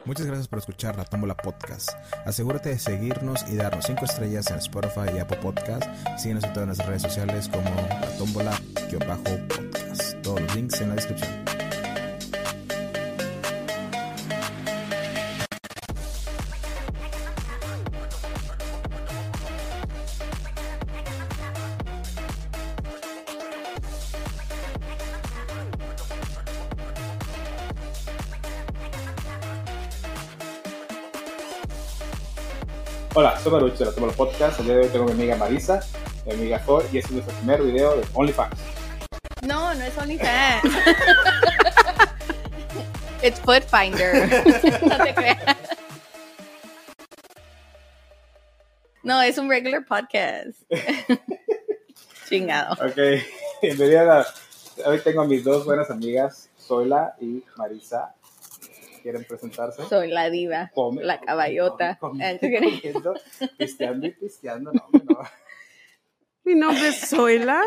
Muchas gracias por escuchar La Tómbola Podcast. Asegúrate de seguirnos y darnos 5 estrellas en Spotify y Apple Podcast. Síguenos en todas nuestras redes sociales como La Tómbola-podcast. Todos los links en la descripción. Hola, soy Baruch de La Tómbola Podcast. El día de hoy tengo a mi amiga Marisa, mi amiga Cor, y este es nuestro primer video de OnlyFans. No es OnlyFans. It's Foot Finder. No te creas. No, es un regular podcast. Chingado. Ok, bienvenida. Hoy tengo a mis dos buenas amigas, Zoila y Marisa. ¿Quieren presentarse? Soy la diva, la caballota. Comiendo, pisteando, no. Mi nombre es Zoila.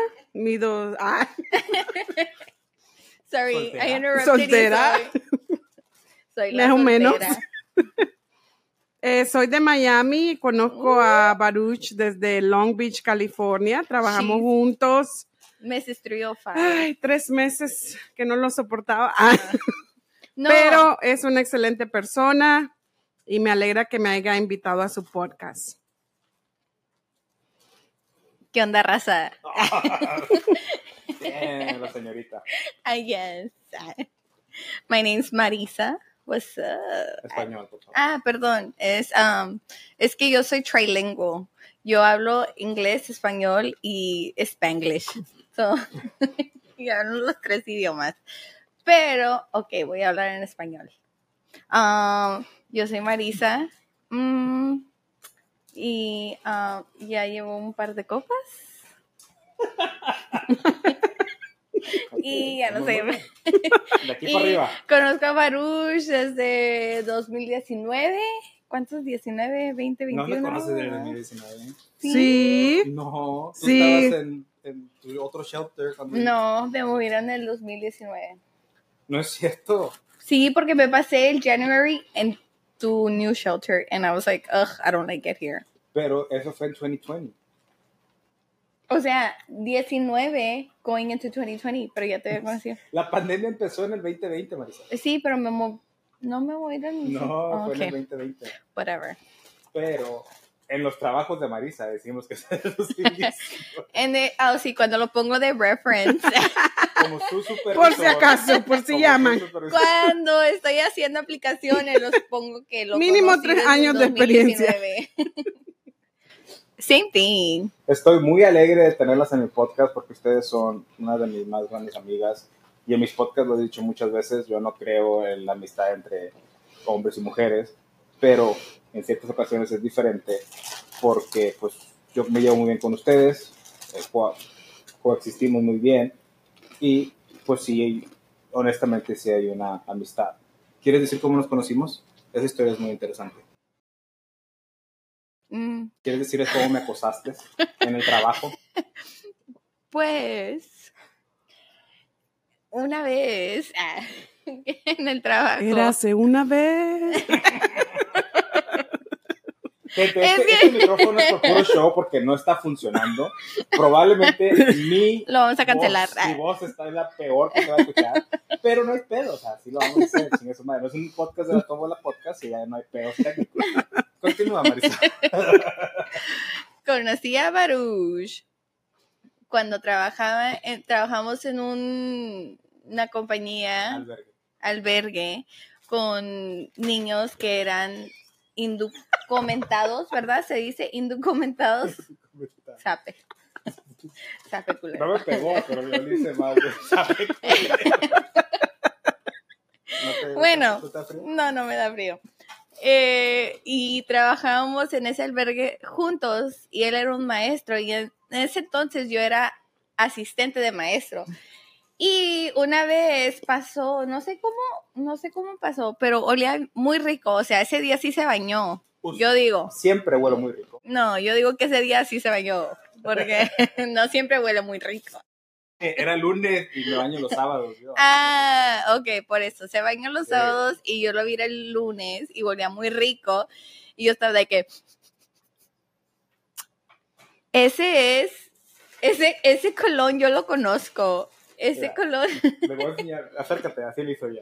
Sorry, Soltera. I interrupted Soltera. you. Soy la Más o menos. soltera. Soy de Miami. Conozco a Baruch desde Long Beach, California. Trabajamos Sí. juntos. Mrs. 305. Ay, 3 meses que no lo soportaba. No, Pero es una excelente persona y me alegra que me haya invitado a su podcast. ¿qué onda, raza? Bien, la señorita. I guess. My name's Marisa. What's up? Español, por favor. Perdón, es que yo soy trilingual. Yo hablo inglés, español y Spanglish. So, yo hablo los 3 idiomas. Pero, ok, voy a hablar en español. Yo soy Marisa. Y ya llevo un par de copas. Y ya no Muy sé. bueno. De aquí para Y arriba. conozco a Baruch desde 2019. ¿Cuántos? 19, 20, 21. ¿No me conoces desde 2019? Sí. No, tú Sí. estabas en tu otro shelter. Cuando... No, me movieron en el 2019. No es cierto. Sí, porque me pasé el January en tu new shelter and I was like, ugh, I don't like it here. Pero eso fue en 2020. O sea, 19 going into 2020, pero ya te había conocido. La pandemia empezó en el 2020, Marisa. Sí, pero no me movieron. No, fue en el Okay, 2020. whatever. Pero en los trabajos de Marisa decimos que es el 2019. Sí, cuando lo pongo de reference. Como su supervisor. Por si acaso, por si como llaman. su supervisor. Cuando estoy haciendo aplicaciones, los pongo que lo Mínimo conocí 3 desde años de experiencia. 2019. Same thing. Estoy muy alegre de tenerlas en mi podcast porque ustedes son una de mis más grandes amigas. Y en mis podcasts lo he dicho muchas veces, yo no creo en la amistad entre hombres y mujeres, pero en ciertas ocasiones es diferente porque pues yo me llevo muy bien con ustedes, coexistimos muy bien y pues sí, honestamente sí hay una amistad. ¿Quieres decir cómo nos conocimos? Esa historia es muy interesante. ¿Quieres decir cómo me acosaste en el trabajo? Pues, una vez en el trabajo. Érase una vez. Gente, Es este micrófono es por puro show porque no está funcionando. Probablemente Lo vamos a cancelar. Mi voz está en la peor que se va a escuchar, pero no hay pedo, o sea, sí lo vamos a hacer. Sin eso, madre. No es un podcast de La Tómbola Podcast y ya no hay pedos técnicos. Continúa, Marisa. Conocí a Baruch cuando trabajamos en una compañía, albergue, con niños que eran indocumentados, ¿verdad? Se dice indocumentados. Sape culero. No me pegó, pero yo le hice mal. ¿Sabe? Bueno, ¿No te da frío? no me da frío. Y trabajábamos en ese albergue juntos y él era un maestro y en ese entonces yo era asistente de maestro. Y una vez pasó, no sé cómo pasó, pero olía muy rico, o sea, ese día sí se bañó. Yo digo. Siempre huele muy rico. No, yo digo que ese día sí se bañó, porque no siempre huele muy rico. Era lunes y me baño los sábados. Yo. Ok, por eso. Se bañó los sábados y yo lo vi el lunes y volvía muy rico. Y yo estaba de que... Ese colón yo lo conozco. Ese colón. Le voy a enseñar. Acércate, así lo hizo ya.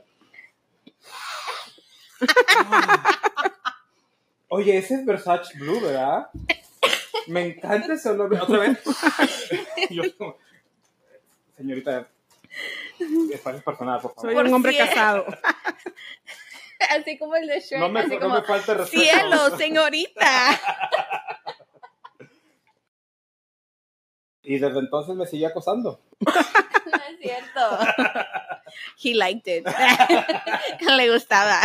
Oye, ese es Versace Blue, ¿verdad? Me encanta ese olor. ¿Otra vez? Yo, señorita, espacio personal, por favor. Soy un hombre casado. Así como el de Shrek. No me falta respeto. Cielo, señorita. Y desde entonces me sigue acosando. No es cierto. He liked it. Le gustaba.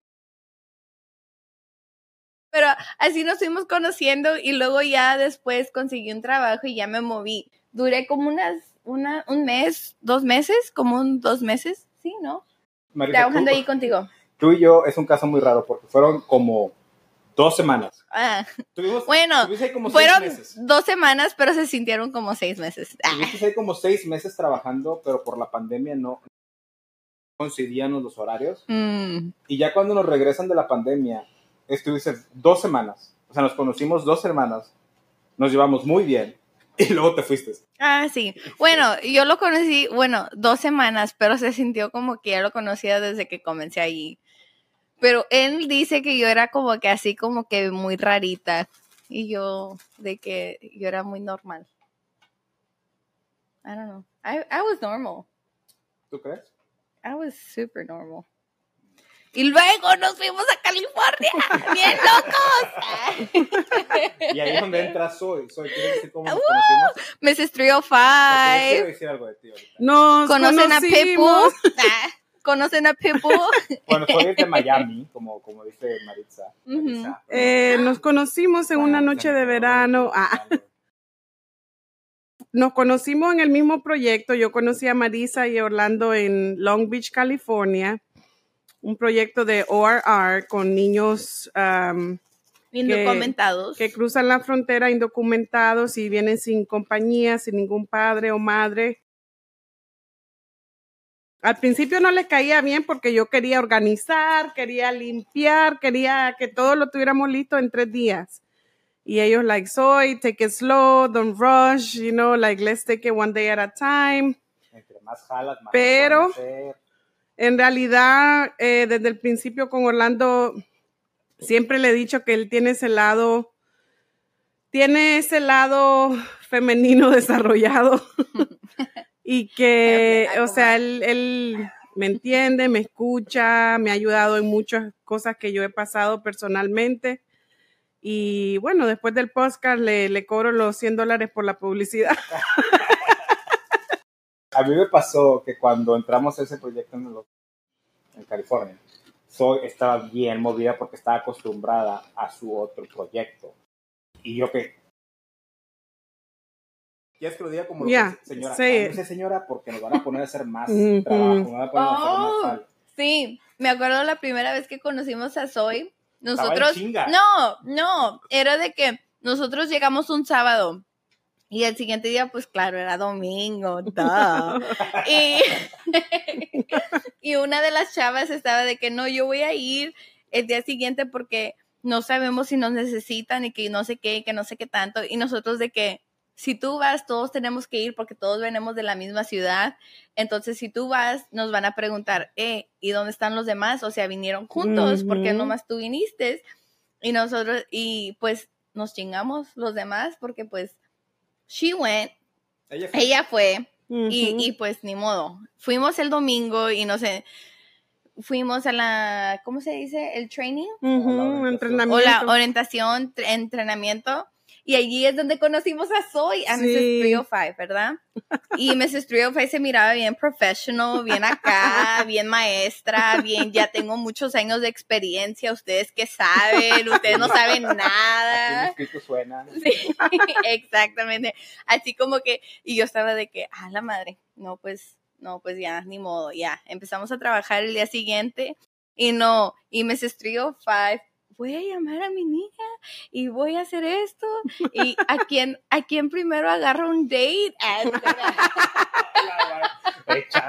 Pero así nos fuimos conociendo y luego ya después conseguí un trabajo y ya me moví. Duré como un mes, 2 meses, como 2 meses, ¿sí, no? Marisa, Trabajando ahí contigo. Tú y yo es un caso muy raro porque fueron como 2 semanas. Estuviste ahí como fueron 6 meses. 2 semanas, pero se sintieron como 6 meses. Estuviste ahí como 6 meses trabajando, pero por la pandemia no coincidían los horarios. Y ya cuando nos regresan de la pandemia, estuviste 2 semanas. O sea, nos conocimos 2 semanas. Nos llevamos muy bien. Y luego te fuiste. Sí. Bueno, yo lo conocí, 2 semanas, pero se sintió como que ya lo conocía desde que comencé allí. Pero él dice que yo era como que así, como que muy rarita. Y yo, de que yo era muy normal. I don't know. I was normal. ¿Tú crees? I was super normal. Y luego nos fuimos a California. ¡Bien locos! Y ahí es donde entra Soy. ¿Quieres decir cómo nos conocimos? Mrs. 305. Quiero decir algo de ti ahorita. Nos ¿Conocen a conocimos. Pitbull? ¿Conocen a Pitbull? Bueno, Soy es de Miami, como dice Maritza. Nos conocimos en una noche de verano. Nos conocimos en el mismo proyecto. Yo conocí a Marisa y Orlando en Long Beach, California. Un proyecto de ORR con niños Indocumentados. que cruzan la frontera indocumentados y vienen sin compañía, sin ningún padre o madre. Al principio no les caía bien porque yo quería organizar, quería limpiar, quería que todo lo tuviéramos listo en 3 días. Y ellos like, Soy, take it slow, don't rush, let's take it one day at a time. Entre más jalas, más. Pero en realidad, desde el principio con Orlando, siempre le he dicho que él tiene ese lado femenino desarrollado. Y que, o sea, él me entiende, me escucha, me ha ayudado en muchas cosas que yo he pasado personalmente. Y bueno, después del podcast le cobro los $100 por la publicidad. A mí me pasó que cuando entramos a ese proyecto en California, Soy estaba bien movida porque estaba acostumbrada a su otro proyecto. Y yo que... Ya es que lo diga como señora. Sí. No sé, señora, porque nos van a poner a hacer más trabajo, nos van a poner a hacer más algo. Sí, me acuerdo la primera vez que conocimos a Soy. Nosotros, no, era de que nosotros llegamos un sábado y el siguiente día, pues claro, era domingo, y una de las chavas estaba de que no, yo voy a ir el día siguiente porque no sabemos si nos necesitan y que no sé qué, que no sé qué tanto, y nosotros de que si tú vas, todos tenemos que ir porque todos venimos de la misma ciudad. Entonces, si tú vas, nos van a preguntar, ¿y dónde están los demás? O sea, vinieron juntos, porque nomás tú viniste. Y nosotros, y pues nos chingamos los demás porque pues she went. Ella fue. Y pues ni modo. Fuimos el domingo y no sé, fuimos a la, ¿cómo se dice? El training. Entrenamiento. O la orientación, entrenamiento. Y allí es donde conocimos a Soy, a Mrs. 305, ¿verdad? Y Mrs. 305 se miraba bien professional, bien acá, bien maestra, bien, ya tengo muchos años de experiencia, ustedes que saben, ustedes no saben nada. El suena. Sí, exactamente. Así como que, y yo estaba de que, la madre, no, pues ya, ni modo, ya. Empezamos a trabajar el día siguiente y Mrs. 305, voy a llamar a mi niña y voy a hacer esto. ¿Y a quién primero agarra un date?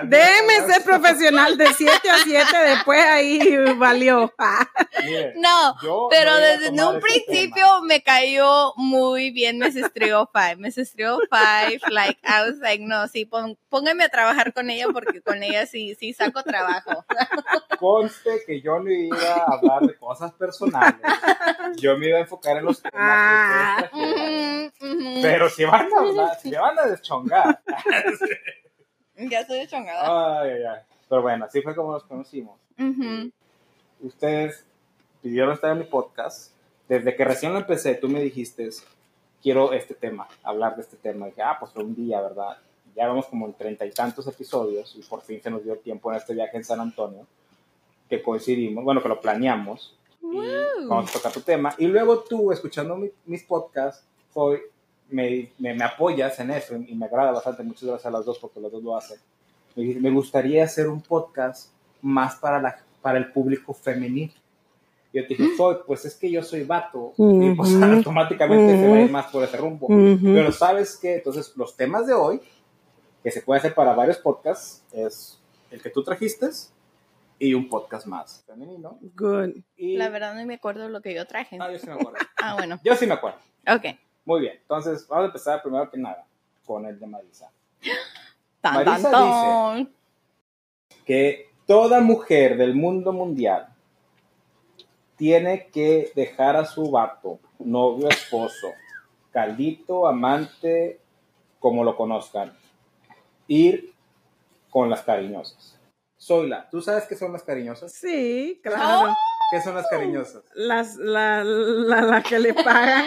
Déjeme ser profesional de 7 a 7, después ahí valió. Mire, No, yo pero voy a desde tomar un este principio tema. me cayó muy bien Mrs. 305. Mrs. 305, like, I was like, no, sí, póngame a trabajar con ella porque con ella sí saco trabajo. Conste que yo no iba a hablar de cosas personales. Yo me iba a enfocar en los temas que ustedes trajeron. Pero si van a hablar, si me van a deschongar. Ya estoy chongada. Ay. Pero bueno, así fue como nos conocimos. Ustedes pidieron estar en mi podcast. Desde que recién lo empecé, tú me dijiste, quiero este tema, hablar de este tema. Y dije, pues fue un día, ¿verdad? Ya vamos como en 30 y tantos episodios y por fin se nos dio tiempo en este viaje en San Antonio, que coincidimos, bueno, que lo planeamos. Y vamos a tocar tu tema. Y luego tú, escuchando mis podcasts, me apoyas en eso y me agrada bastante. Muchas gracias a las dos porque los dos lo hacen. Me gustaría hacer un podcast más para el público femenino. Yo te dije, pues es que yo soy vato y pues automáticamente se va a ir más por ese rumbo. Pero ¿sabes qué? Entonces los temas de hoy, que se puede hacer para varios podcasts, es el que tú trajiste y un podcast más femenino. Good. Y... La verdad no me acuerdo de lo que yo traje. yo sí me acuerdo. Bueno. Yo sí me acuerdo. Ok. Muy bien, entonces vamos a empezar primero que nada con el de Marisa. Marisa dice que toda mujer del mundo mundial tiene que dejar a su vato, novio, esposo, caldito, amante, como lo conozcan, ir con las cariñosas. Zoila, ¿tú sabes qué son las cariñosas? Sí, claro. ¿Qué son las cariñosas? Las que le pagan.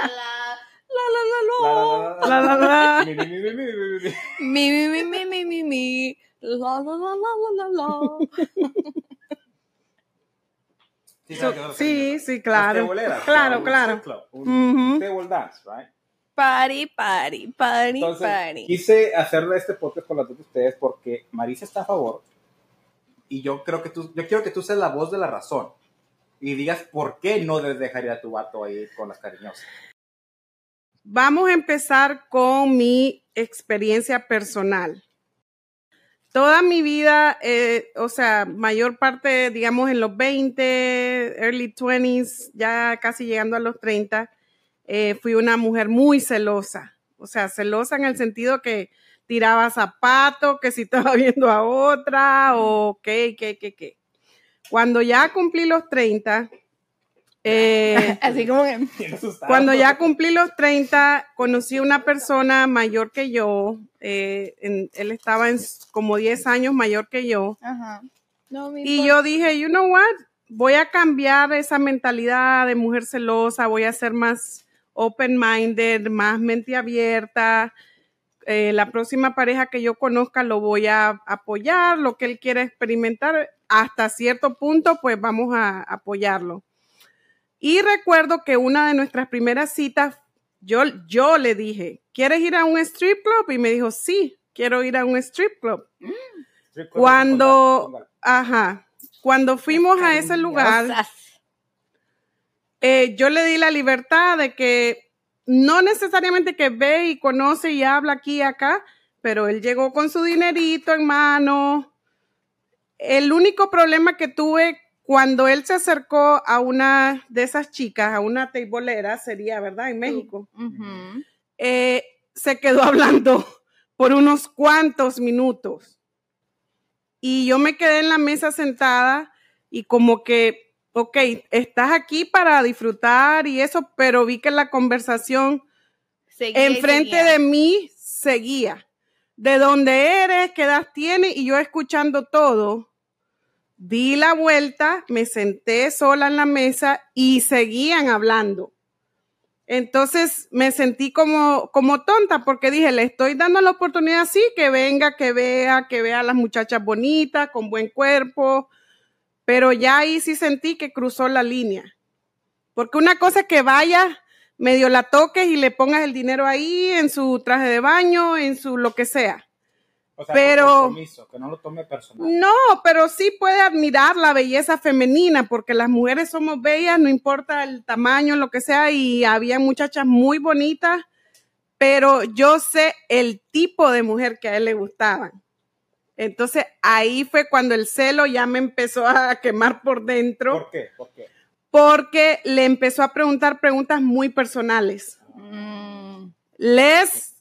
La. Mi. Sí, claro. Claro. Un table dance, right? Party. Entonces, quise hacerle este podcast con las dos de ustedes porque Marisa está a favor y yo quiero que tú seas la voz de la razón y digas por qué no debes dejar ir a tu vato ahí con las cariñosas. Vamos a empezar con mi experiencia personal. Toda mi vida, mayor parte, digamos, en los 20, early 20s, ya casi llegando a los 30, fui una mujer muy celosa. O sea, celosa en el sentido que tiraba zapatos, que si estaba viendo a otra o qué. Cuando ya cumplí los 30... así como que... Cuando ya cumplí los 30, conocí a una persona mayor que yo. Él estaba como 10 años mayor que yo. Ajá. Y yo dije, you know what? Voy a cambiar esa mentalidad de mujer celosa. Voy a ser más open-minded, más mente abierta. La próxima pareja que yo conozca lo voy a apoyar. Lo que él quiera experimentar, hasta cierto punto, pues vamos a apoyarlo. Y recuerdo que una de nuestras primeras citas, yo le dije, ¿quieres ir a un strip club? Y me dijo, sí, quiero ir a un strip club. Cuando fuimos a ese lugar, yo le di la libertad de que no necesariamente que ve y conoce y habla aquí y acá, pero él llegó con su dinerito en mano. El único problema que tuve cuando él se acercó a una de esas chicas, a una teibolera, sería, ¿verdad? En México. Se quedó hablando por unos cuantos minutos. Y yo me quedé en la mesa sentada y como que, ok, estás aquí para disfrutar y eso, pero vi que la conversación enfrente de mí seguía. ¿De dónde eres? ¿Qué edad tienes? Y yo escuchando todo. Di la vuelta, me senté sola en la mesa y seguían hablando. Entonces me sentí como tonta porque dije, le estoy dando la oportunidad, sí, que venga, que vea a las muchachas bonitas, con buen cuerpo, pero ya ahí sí sentí que cruzó la línea. Porque una cosa es que vayas, medio la toques y le pongas el dinero ahí en su traje de baño, en su lo que sea. O sea, pero compromiso, que no lo tome personal. No, pero sí puede admirar la belleza femenina, porque las mujeres somos bellas, no importa el tamaño, lo que sea, y había muchachas muy bonitas, pero yo sé el tipo de mujer que a él le gustaban. Entonces, ahí fue cuando el celo ya me empezó a quemar por dentro. ¿Por qué? ¿Por qué? Porque le empezó a preguntar preguntas muy personales. Les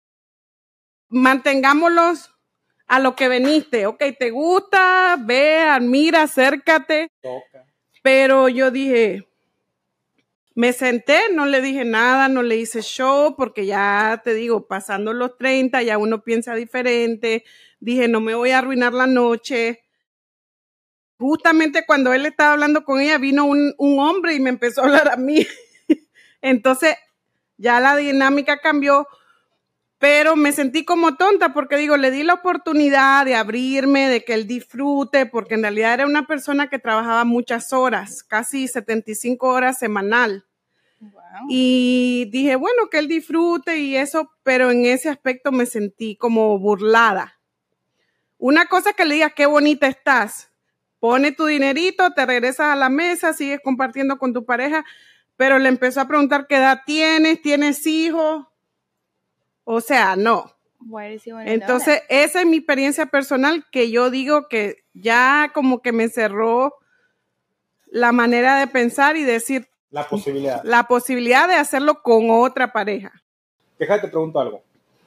mantengámoslos a lo que veniste. Ok, te gusta, ve, admira, acércate. Toca. Pero yo dije, me senté, no le dije nada, no le hice show, porque ya te digo, pasando los 30, ya uno piensa diferente. Dije, no me voy a arruinar la noche. Justamente cuando él estaba hablando con ella, vino un hombre y me empezó a hablar a mí. Entonces, ya la dinámica cambió, pero me sentí como tonta porque digo, le di la oportunidad de abrirme, de que él disfrute, porque en realidad era una persona que trabajaba muchas horas, casi 75 horas semanal. Wow. Y dije, bueno, que él disfrute y eso, pero en ese aspecto me sentí como burlada. Una cosa que le digas, qué bonita estás. Pone tu dinerito, te regresas a la mesa, sigues compartiendo con tu pareja, pero le empezó a preguntar qué edad tienes hijos. O sea, no. Entonces, esa es mi experiencia personal, que yo digo que ya como que me cerró la manera de pensar y decir La posibilidad. La posibilidad de hacerlo con otra pareja. Déjate, te pregunto algo.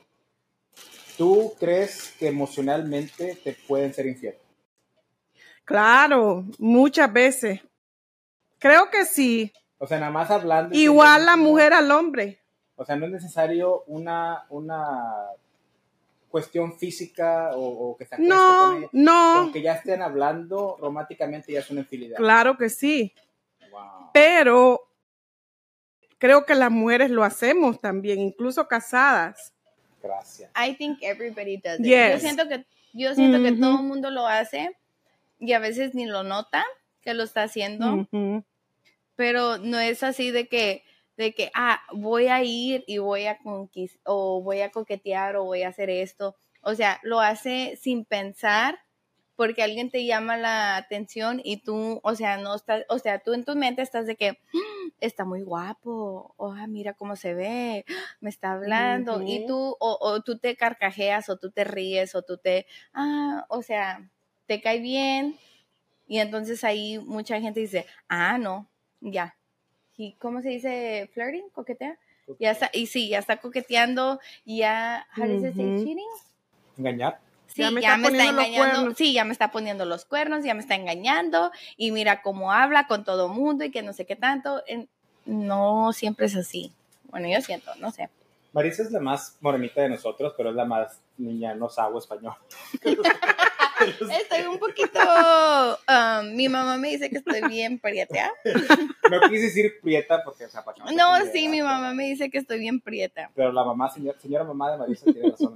¿Tú crees que emocionalmente te pueden ser infiel? Claro, muchas veces. Creo que sí. O sea, nada más hablando. Igual la mujer al hombre. O sea, no es necesario una cuestión física o que se acueste con ella. No. Aunque ya estén hablando románticamente, ya es una infidelidad. Claro que sí. Wow. Pero creo que las mujeres lo hacemos también, incluso casadas. Gracias. I think everybody does it. Yes. Yo siento que todo el mundo lo hace y a veces ni lo nota que lo está haciendo. Pero no es así de que voy a ir y voy a o voy a coquetear o voy a hacer esto. O sea, lo hace sin pensar porque alguien te llama la atención y tú, o sea, no estás, o sea, tú en tu mente estás de que está muy guapo, mira cómo se ve, me está hablando, y tú, o tú te carcajeas, o tú te ríes, o tú o sea, te cae bien, y entonces ahí mucha gente dice, no, ya. ¿Y cómo se dice flirting? ¿Coquetea? Ya está, y sí, ya está coqueteando, y ya, how does it say cheating? ¿Engañar? Sí, ya me está engañando, sí, ya me está poniendo los cuernos, ya me está engañando, y mira cómo habla con todo mundo, y que no sé qué tanto. No siempre es así. Bueno, yo siento, no sé. Marisa es la más morenita de nosotros, pero es la más niña, no sabe español. Estoy un poquito, mi mamá me dice que estoy bien prieta. No quise decir prieta porque, o sea, para que no, sí, mi mamá me dice que estoy bien prieta. Pero la mamá, señora mamá de Marisa tiene razón.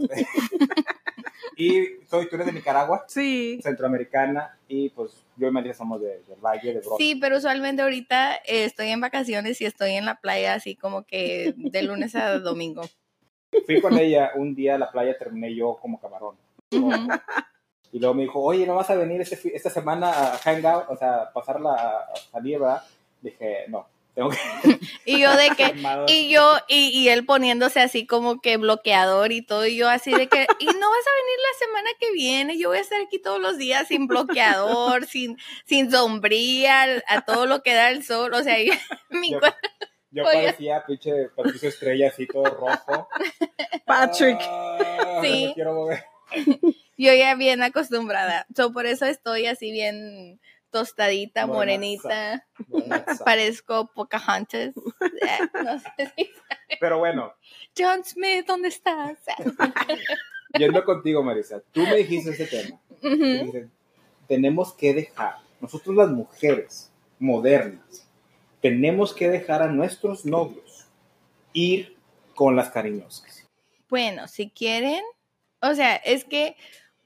Y tú eres de Nicaragua, sí, centroamericana, y pues yo y Marisa somos del Valle de Bronx. Sí, pero usualmente ahorita estoy en vacaciones y estoy en la playa así como que de lunes a domingo. Fui con ella un día a la playa, terminé yo como camarón. Y luego me dijo, oye, ¿no vas a venir esta semana a hangout? O sea, pasarla a salir, ¿verdad? Dije, no, tengo que... Y yo de que, y él poniéndose así como que bloqueador y todo, y yo así de que, y no vas a venir la semana que viene, yo voy a estar aquí todos los días sin bloqueador, sin sombría, a todo lo que da el sol, o sea, yo parecía pinche Patricio Estrella, así todo rojo. Patrick. Sí. No me quiero mover. Yo ya bien acostumbrada. Por eso estoy así bien tostadita, morenita. Parezco Pocahontas. No sé si sabes. Pero bueno. John Smith, ¿dónde estás? Yendo contigo, Marisa. Tú me dijiste ese tema. Dijiste, tenemos que dejar, nosotros las mujeres modernas, tenemos que dejar a nuestros novios ir con las cariñosas. Bueno, si quieren, o sea, es que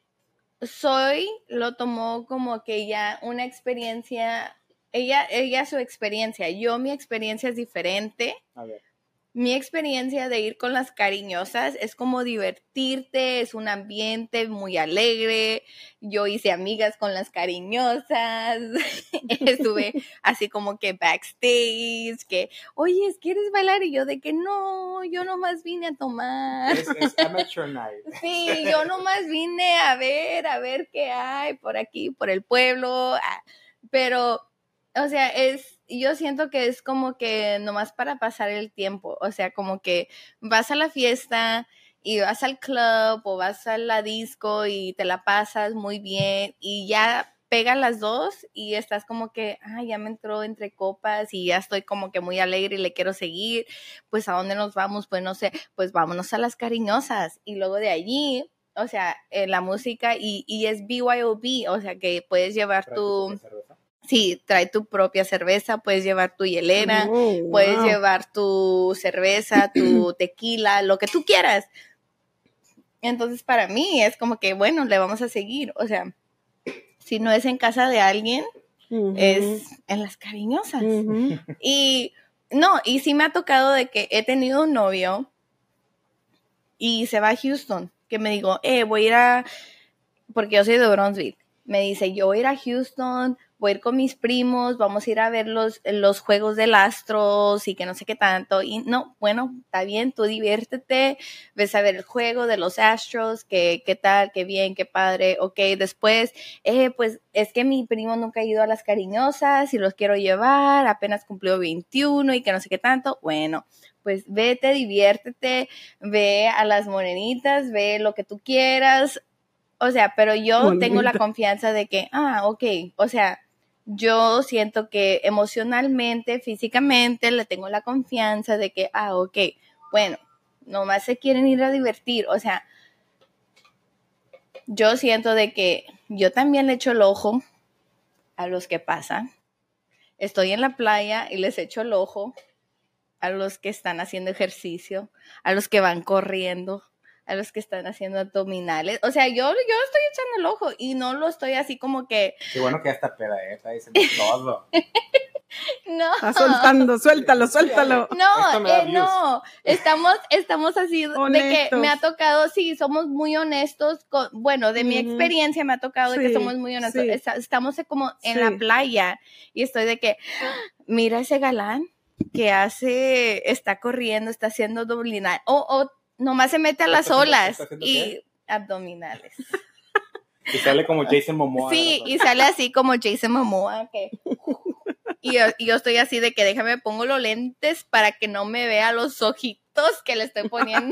lo tomó como que ya una experiencia, ella su experiencia, yo mi experiencia es diferente. A ver. mi experiencia de ir con las cariñosas es como divertirte, es un ambiente muy alegre. Yo hice amigas con las cariñosas, estuve así como que backstage, que, oye, ¿quieres bailar? Y yo de que no, yo nomás vine a tomar. Es amateur night. Sí, yo nomás vine a ver qué hay por aquí, por el pueblo, pero, o sea, yo siento que es como que nomás para pasar el tiempo, o sea, como que vas a la fiesta y vas al club o vas a la disco y te la pasas muy bien y ya pegan las dos y estás como que, ya me entró entre copas y ya estoy como que muy alegre y le quiero seguir, pues ¿a dónde nos vamos? Pues no sé, pues vámonos a las cariñosas y luego de allí, o sea, la música y es BYOB, o sea, que puedes llevar tu... Sí, trae tu propia cerveza, puedes llevar tu hielera, puedes llevar tu cerveza, tu tequila, lo que tú quieras. Entonces, para mí es como que, bueno, le vamos a seguir. O sea, si no es en casa de alguien, es en las cariñosas. Y sí me ha tocado de que he tenido un novio y se va a Houston, que me digo, voy a ir a, porque yo soy de Bronzeville, me dice, yo voy a ir a Houston, voy a ir con mis primos, vamos a ir a ver los juegos del Astros y que no sé qué tanto. Y no, bueno, está bien, tú diviértete, ves a ver el juego de los Astros, qué tal, qué bien, qué padre. Ok, después, pues es que mi primo nunca ha ido a las cariñosas y los quiero llevar, apenas cumplió 21 y que no sé qué tanto. Bueno, pues vete, diviértete, ve a las morenitas, ve lo que tú quieras. O sea, pero yo tengo la confianza de que, ok, o sea, yo siento que emocionalmente, físicamente, le tengo la confianza de que, ok, bueno, nomás se quieren ir a divertir. O sea, yo siento de que yo también le echo el ojo a los que pasan. Estoy en la playa y les echo el ojo a los que están haciendo ejercicio, a los que van corriendo, a los que están haciendo abdominales. O sea, yo estoy echando el ojo y no lo estoy así como que... Qué bueno que ya está peda, está diciendo todo. No. Está soltando, suéltalo. No. Estamos así honestos. De que me ha tocado, sí, somos muy honestos. Bueno, de mi experiencia me ha tocado de que somos muy honestos. Sí. Estamos como en la playa y estoy de que, mira ese galán que está corriendo, está haciendo abdominal. O nomás se mete a las olas y abdominales. Y sale como Jason Momoa. Sí, y sale así como Jason Momoa. Que... Y yo estoy así de que déjame pongo los lentes para que no me vea los ojitos que le estoy poniendo.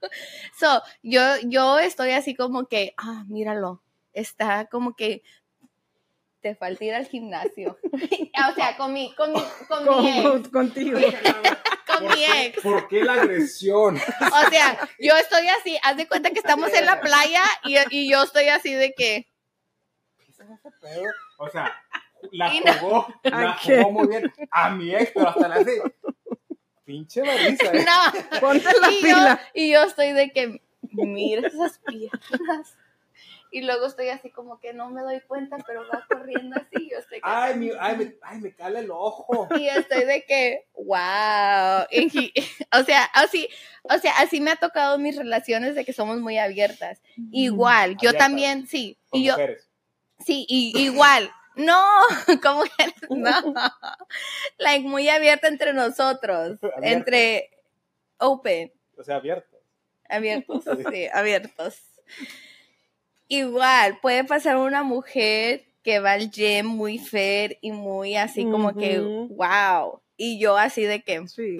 Yo estoy así como que, míralo, está como que te falta ir al gimnasio. O sea, con mi ex. Contigo. Con mi ex. ¿Por qué la agresión? O sea, yo estoy así, haz de cuenta que estamos en la playa y yo estoy así de que... ¿Qué es ese pedo? O sea, la jugó muy bien a mi ex, pero hasta la hace... Pinche Marisa, No. Ponte la pila. Y yo estoy de que, mira esas piernas. Y luego estoy así como que no me doy cuenta, pero va corriendo así. Yo estoy que, me cala el ojo. Y estoy de que, wow. O sea, así me ha tocado mis relaciones de que somos muy abiertas. Igual, yo también, sí. Con mujeres. Sí, igual. No, como que no. Like, muy abierta entre nosotros. Abierto. Entre open. O sea, abiertos. Abiertos, sí, abiertos. Igual, puede pasar una mujer que va al gym muy fair y muy así como que, wow. Y yo así de que... Sí.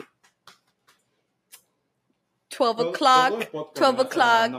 12 o'clock.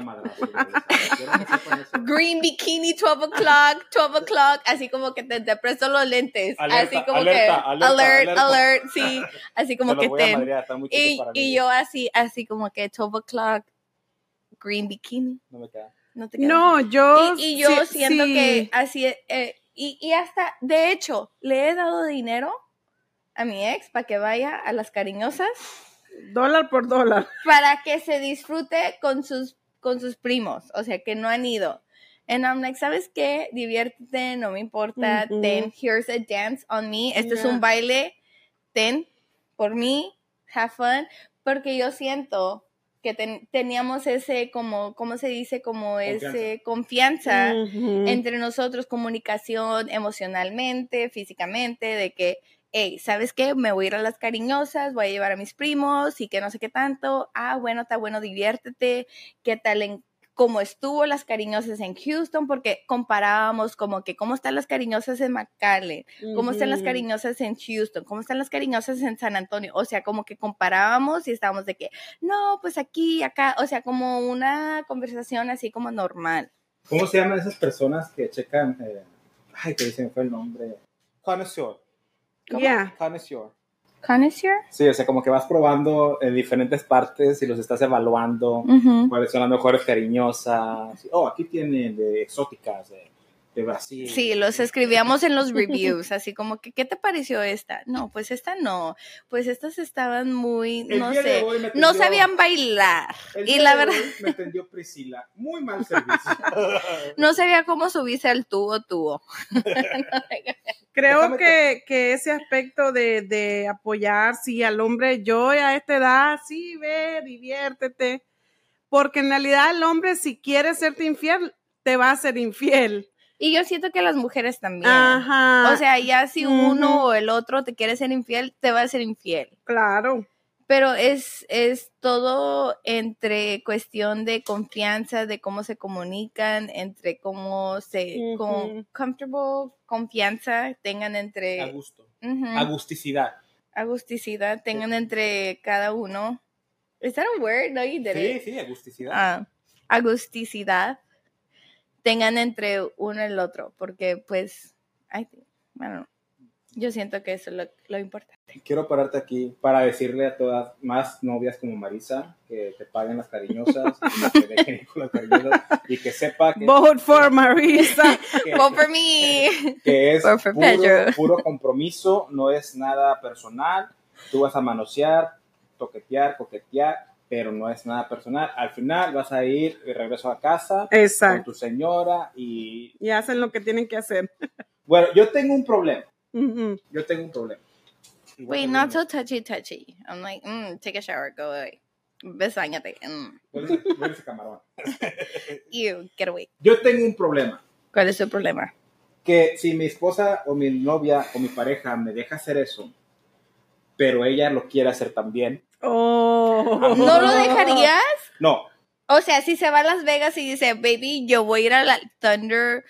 Green bikini, 12 o'clock. Así como que te presto los lentes. Alerta, así como alerta, que... Alert, sí. Así como que ten. Y yo así como que 12 o'clock, green bikini. No me queda. No te queda. No, yo... Y yo siento que así... y hasta, de hecho, le he dado dinero a mi ex para que vaya a las cariñosas. $1 por $1. Para que se disfrute con sus primos, o sea, que no han ido. And I'm like, ¿sabes qué? Diviértete, no me importa. Ten, here's a dance on me. Este es un baile. Ten, por mí, have fun. porque yo siento que teníamos ese como, ¿cómo se dice? Como ese confianza entre nosotros, comunicación emocionalmente, físicamente, de que, hey, ¿sabes qué? Me voy a ir a las cariñosas, voy a llevar a mis primos y que no sé qué tanto. Ah, bueno, está bueno, diviértete. ¿Qué tal cómo estuvo las cariñosas en Houston? Porque comparábamos como que cómo están las cariñosas en McAllen, cómo están las cariñosas en Houston, cómo están las cariñosas en San Antonio. O sea, como que comparábamos y estábamos de que, no, pues aquí, acá, o sea, como una conversación así como normal. ¿Cómo se llaman esas personas que checan? Que dicen fue el nombre. Connoisseur. Yeah. Connoisseur. ¿Connoisseur? Sí, o sea, como que vas probando en diferentes partes y los estás evaluando, cuáles son las mejores cariñosas. Oh, aquí tienen de exóticas, de Brasil. Sí, los escribíamos en los reviews, así como que, ¿qué te pareció esta? No, pues esta no, pues estas estaban muy, no sé, no sabían bailar. Y la verdad, me atendió Priscila, muy mal servicio. No sabía cómo subirse al tubo. Creo que ese aspecto de apoyar, sí, al hombre, yo a esta edad, sí, ve, diviértete, porque en realidad el hombre, si quiere serte infiel, te va a ser infiel. Y yo siento que las mujeres también. Ajá. O sea, ya si uno o el otro te quiere ser infiel, te va a ser infiel. Claro. Pero es todo entre cuestión de confianza, de cómo se comunican, entre cómo se comfortable, confianza tengan entre... A gusto. Agusticidad. Agusticidad tengan entre cada uno. ¿Es that a word? No, you did it. Sí, agusticidad. Agusticidad tengan entre uno y el otro, porque pues, bueno, yo siento que eso es lo importante. Quiero pararte aquí para decirle a todas más novias como Marisa que te paguen las cariñosas, que te dejen con las cariñosas y que sepa que... Vote for Marisa. Vote for me. Que es puro compromiso, no es nada personal. Tú vas a manosear, toquetear, coquetear, pero no es nada personal. Al final vas a ir de regreso a casa. Exacto. Con tu señora y hacen lo que tienen que hacer. Bueno, yo tengo un problema. Yo tengo un problema. Wait, not so touchy. I'm like, take a shower, go away. Besáñate. Huele ese camarón. Ew, get away. Yo tengo un problema. ¿Cuál es tu problema? Que si mi esposa o mi novia o mi pareja me deja hacer eso, pero ella lo quiere hacer también. ¿No lo dejarías? No. O sea, si se va a Las Vegas y dice, baby, yo voy a ir a la Thunder,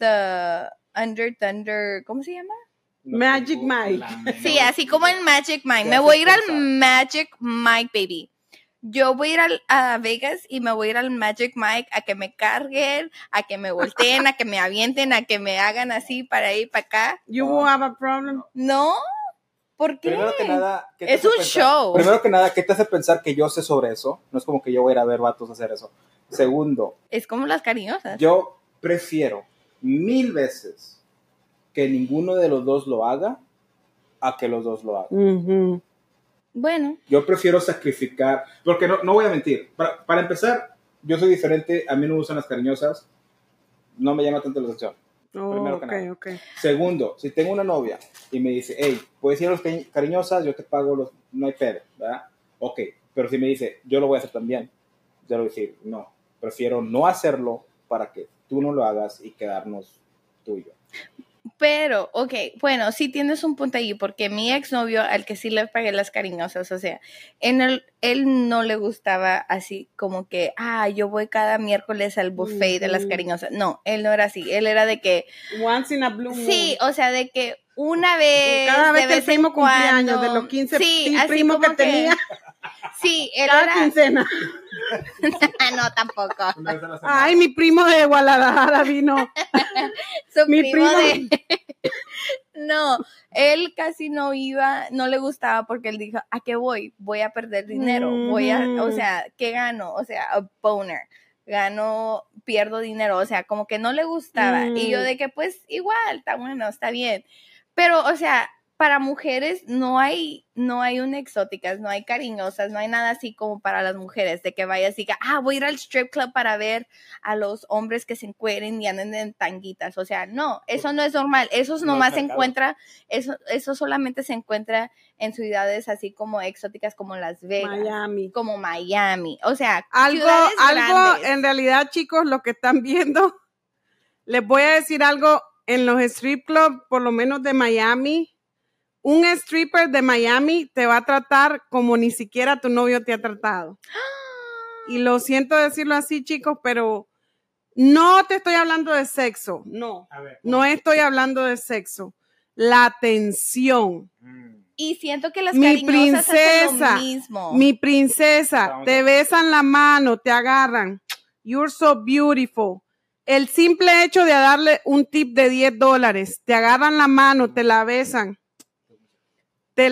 ¿cómo se llama? Magic Mike. Sí, así como en Magic Mike. Me voy a ir al Magic Mike, baby. Yo voy a ir a Vegas y me voy a ir al Magic Mike a que me carguen, a que me volteen, a que me avienten, a que me hagan así para ir para acá. You won't have a problem. ¿No? ¿Por qué? Primero que nada, es un show. Primero que nada, ¿qué te hace pensar que yo sé sobre eso? No es como que yo voy a ir a ver vatos hacer eso. Segundo, es como las cariñosas. Yo prefiero 1000 veces que ninguno de los dos lo haga a que los dos lo hagan. Bueno. Yo prefiero sacrificar, porque no voy a mentir. Para empezar, yo soy diferente, a mí no me gustan las cariñosas, no me llama tanto la atención. Primero que nada. Okay. Segundo, si tengo una novia y me dice, hey, puedes ir a los cariñosas, yo te pago no hay pedo, ¿verdad? Ok, pero si me dice, yo lo voy a hacer también, yo le voy a decir, no, prefiero no hacerlo para que tú no lo hagas y quedarnos tú y yo. Pero, ok, bueno, sí tienes un punto ahí, porque mi exnovio, al que sí le pagué las cariñosas, o sea, él no le gustaba así como que, yo voy cada miércoles al buffet de las cariñosas. No, él no era así, él era de que... Once in a blue moon. Sí, o sea, de que una vez, cada vez de que el primo cumpleaños, de los 15 primos que tenía. Sí, él cada era... quincena. No, tampoco. Ay, mi primo de Guadalajara vino. Mi primo de... No, él casi no iba, no le gustaba porque él dijo, ¿a qué voy? Voy a perder dinero, o sea, ¿qué gano? O sea, a boner, pierdo dinero, o sea, como que no le gustaba. Y yo de que pues igual, está bueno, está bien. Pero, o sea, para mujeres no hay un exóticas, no hay cariñosas, no hay nada así como para las mujeres, de que vayas y diga, voy a ir al strip club para ver a los hombres que se encueren y anden en tanguitas. O sea, no, eso no es normal. Eso nomás se encuentra, eso solamente se encuentra en ciudades así como exóticas como Las Vegas, como Miami. O sea, algo grandes. En realidad, chicos, lo que están viendo, les voy a decir algo, en los strip clubs, por lo menos de Miami, un stripper de Miami te va a tratar como ni siquiera tu novio te ha tratado. Y lo siento decirlo así, chicos, pero no te estoy hablando de sexo. No, no estoy hablando de sexo. La atención. Y siento que las cariñosas hacen lo mismo. Mi princesa, te besan la mano, te agarran. You're so beautiful. El simple hecho de darle un tip de $10, te agarran la mano, te la besan. Te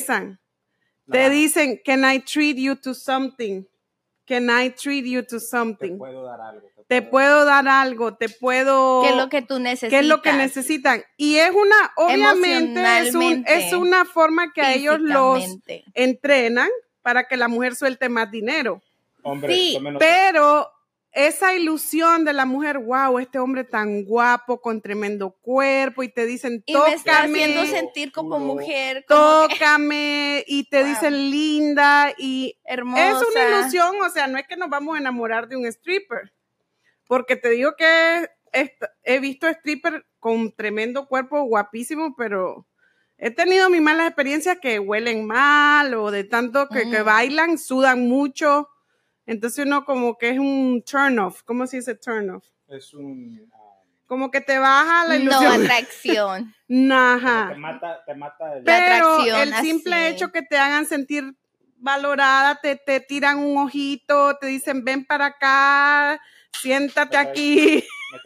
dicen, can I treat you to something? Can I treat you to something? Te puedo dar algo. ¿Qué es lo que tú necesitas? ¿Qué es lo que necesitan? Y es obviamente, es una forma que a ellos los entrenan para que la mujer suelte más dinero. Hombre, sí, pero esa ilusión de la mujer, wow, este hombre tan guapo, con tremendo cuerpo, y te dicen, tócame. Y me está haciendo sentir como mujer. Tócame, y te dicen linda, y hermosa. Es una ilusión, o sea, no es que nos vamos a enamorar de un stripper, porque te digo que he visto stripper con tremendo cuerpo, guapísimo, pero he tenido mis malas experiencias que huelen mal, o de tanto que bailan, sudan mucho. Entonces uno como que es un turn off. ¿Cómo se dice turn off? Es un... como que te baja la ilusión. No, atracción. Ajá. Te mata Pero atracción, el simple hecho que te hagan sentir valorada, te tiran un ojito, te dicen, ven para acá, siéntate aquí.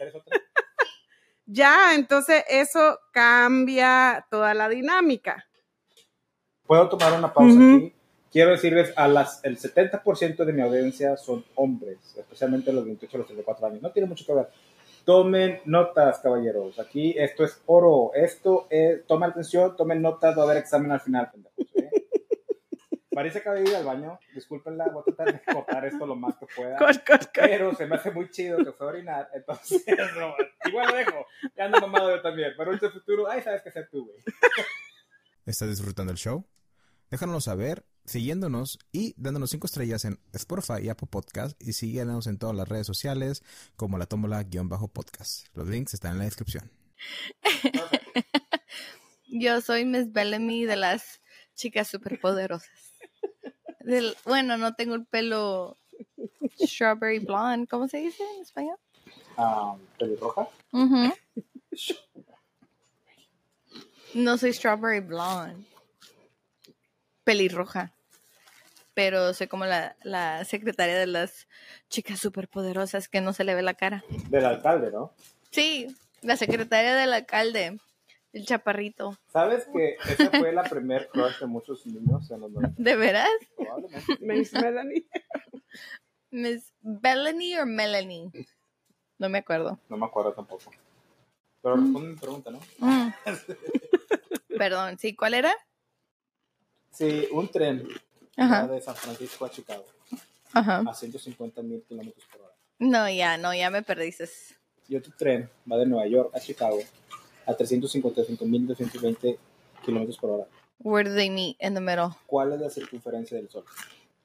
Ya, entonces eso cambia toda la dinámica. ¿Puedo tomar una pausa aquí? Quiero decirles, el 70% de mi audiencia son hombres, especialmente los 28 a los 34 años. No tiene mucho que ver. Tomen notas, caballeros. Aquí esto es oro. Tomen atención, tomen notas, va a haber examen al final, pendejos. Marisa acaba de ir al baño, discúlpenla, voy a tratar de cortar esto lo más que pueda. Pero se me hace muy chido que fue a orinar, entonces no, igual lo dejo. Ya ando mamado yo también, pero en el futuro, sabes qué hacer tú, güey. ¿Estás disfrutando el show? Déjanoslo saber siguiéndonos y dándonos 5 estrellas en Spotify y Apple Podcast, y síguenos en todas las redes sociales como la tómbola_podcast. Los links están en la descripción. Yo soy Miss Bellamy de las chicas superpoderosas. Bueno, no tengo el pelo strawberry blonde, ¿cómo se dice en español? ¿Pelirroja? No soy strawberry blonde. Pelirroja. Pero soy como la secretaria de las chicas superpoderosas que no se le ve la cara. Del alcalde, ¿no? Sí, la secretaria del alcalde, el chaparrito. ¿Sabes que esa fue la primer crush de muchos niños en los 90? ¿De veras? Probablemente. Miss Melanie. Miss Bellamy o Melanie. No me acuerdo. No me acuerdo tampoco. Pero responde mi pregunta, ¿no? Perdón, ¿sí? ¿Cuál era? Sí, un tren de San Francisco a Chicago a 150,000 kilómetros por hora. No, ya me perdiste. Y otro tren va de Nueva York a Chicago a 355,220 kilómetros por hora. Where do they meet? In the middle. ¿Cuál es la circunferencia del Sol?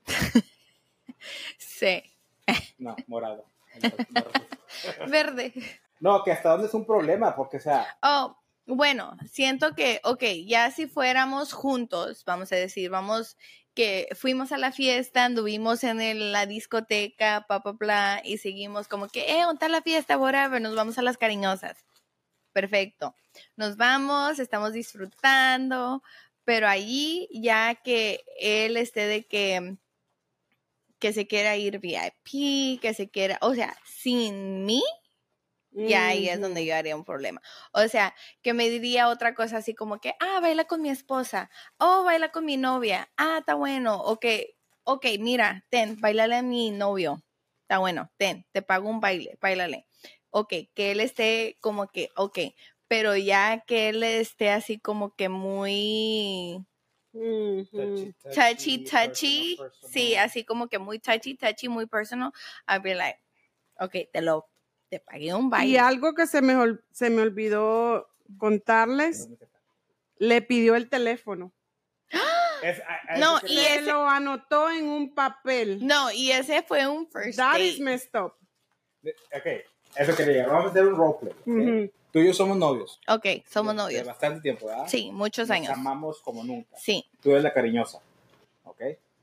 Sí. No, morado. Verde. No, que hasta dónde es un problema, porque o sea... Bueno, siento que, ya si fuéramos juntos, vamos a decir, que fuimos a la fiesta, anduvimos en la discoteca, bla, y seguimos como que, ¿dónde está la fiesta? Whatever, nos vamos a las cariñosas. Perfecto. Nos vamos, estamos disfrutando, pero allí ya que él esté de que se quiera ir VIP, que se quiera, o sea, sin mí, ya ahí es donde yo haría un problema. O sea, que me diría otra cosa así como que, baila con mi esposa, baila con mi novia, está bueno, ok, mira, bailale a mi novio, está bueno, te pago un baile, bailale. Ok, que él esté como que, pero ya que él esté así como que muy touchy, personal. sí, así como que muy touchy, muy personal, I'll be like, okay, te pagué un baile. Y algo que se me olvidó contarles, le pidió el teléfono. No, Y él lo anotó en un papel. No, y ese fue un first That date. is messed up. Ok, eso quería. Vamos a hacer un roleplay. ¿Okay? Tú y yo somos novios. Ok, somos De novios. bastante tiempo, ¿verdad? Sí, muchos Nos años. amamos como nunca. Sí. Tú eres la cariñosa. ¿Ok?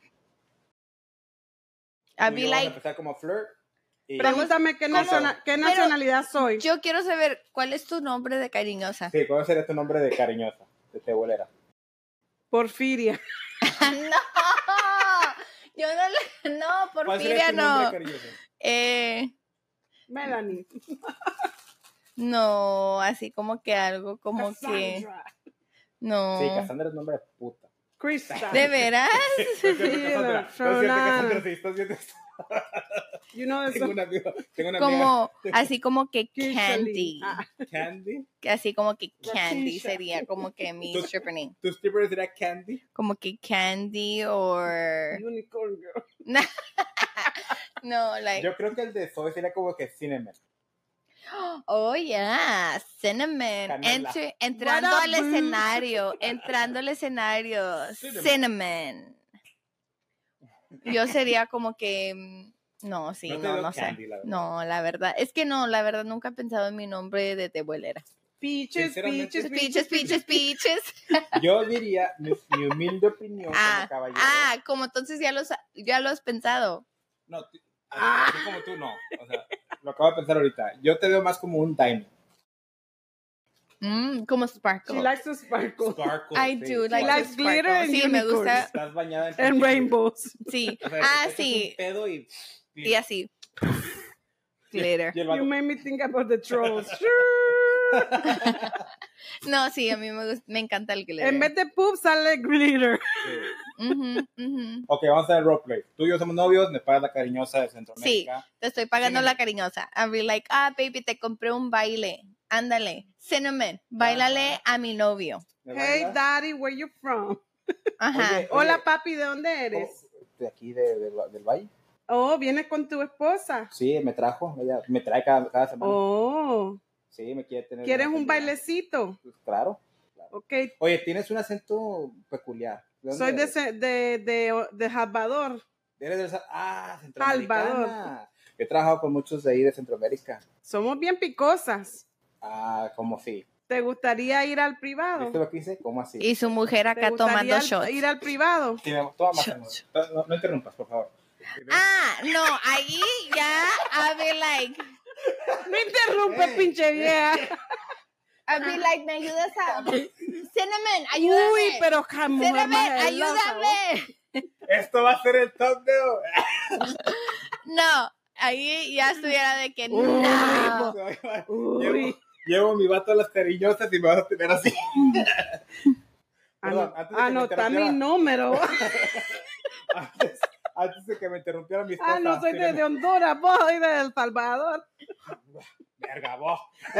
I'll Tú y be yo vamos a like, empezar como flirt. Y Pregúntame qué nacionalidad soy. yo quiero saber cuál es tu nombre de cariñosa. Sí, ¿cuál sería tu nombre de cariñosa? De tebolera. Porfiria. No, yo no, ¿Cuál sería Porfiria tu no. nombre cariñoso? Melanie. No, así como que algo como Cassandra. que no. Sí, Cassandra es nombre de puta. Krista. ¿De veras? No es cierto, Cassandra. No es cierto, Cassandra, sí, estás bien. You know, Tengo una amiga. Como así como que Kircheli. Candy. Candy. Que así como que Candy Ratisha. sería como que mi Tu- stripper name. ¿Tu stripper sería Candy? Como que Candy or Unicorn Girl. no, like Yo creo que el de Zoe sería como que Cinnamon. oh yeah, Cinnamon. Canela. Entrando What up, al boo? escenario, Cinnamon. Yo sería como que no, sí, No te no, veo no sé. Candy, la verdad. No, la verdad, es que no, la verdad nunca he pensado en mi nombre de tebuelera. Peaches, Sinceramente. Peaches. Yo diría, mi humilde opinión como caballero. Como entonces ya lo has pensado. No, así como tú no. O sea, lo acabo de pensar ahorita. Yo te veo más como un diamond. Como Sparkle. She likes to sparkle. Sparkle. I sí, do sí. like likes to glitter sparkle. and Sí, me unicorns. gusta. Estás bañada en And rainbows. Sí. O sea, te echas Sí. un pedo y Y así. Glitter. Y el You vato, made me think about the trolls. No, sí, a mí me encanta el glitter. En vez de poop sale glitter. sí. Ujú. Ok, vamos a hacer el roleplay. Tú y yo somos novios, me pagas la cariñosa de Sí, Centroamérica. te estoy pagando Cinnamon. la cariñosa. I'll be like, baby, te compré un baile. Ándale, Cinnamon, báilale a mi novio. ¿Me Hey, bailas? daddy, where you from? Ajá. Oye, Hola, papi, ¿de dónde eres? De aquí, del valle. Oh, ¿vienes con tu esposa? Sí, me trajo. Ella me trae cada semana. Oh, Sí, me quiere tener. ¿quieres una un actividad. bailecito? Pues, claro. Ok, Oye, tienes un acento peculiar. ¿De dónde soy eres? de Salvador. Eres del centroamericana. He trabajado con muchos de ahí de Centroamérica. Somos bien picosas. ¿Cómo sí? ¿Te gustaría ir al privado? ¿Viste lo que hice? ¿Cómo así? Y su mujer ¿Te acá gustaría tomando shots. ir al privado? Sí, toma más. No interrumpas, por favor. No, ahí ya, I'll be like, No interrumpe, Hey, pinche vieja. I'll be like, ¿me ayudas a? Cinnamon, ayúdame. Uy, pero mujer Cinnamon, más celosa, ayúdame. Esto va a ser el thumbnail. No, ahí ya estuviera de que Uy, no. Uy. Llevo mi vato a las cariñosas y me vas a tener así. Perdón, antes de que me Anota mi interrumpiera. número. Antes de que me interrumpiera mi esposa. No soy de Honduras, vos soy de El Salvador. Verga, vos.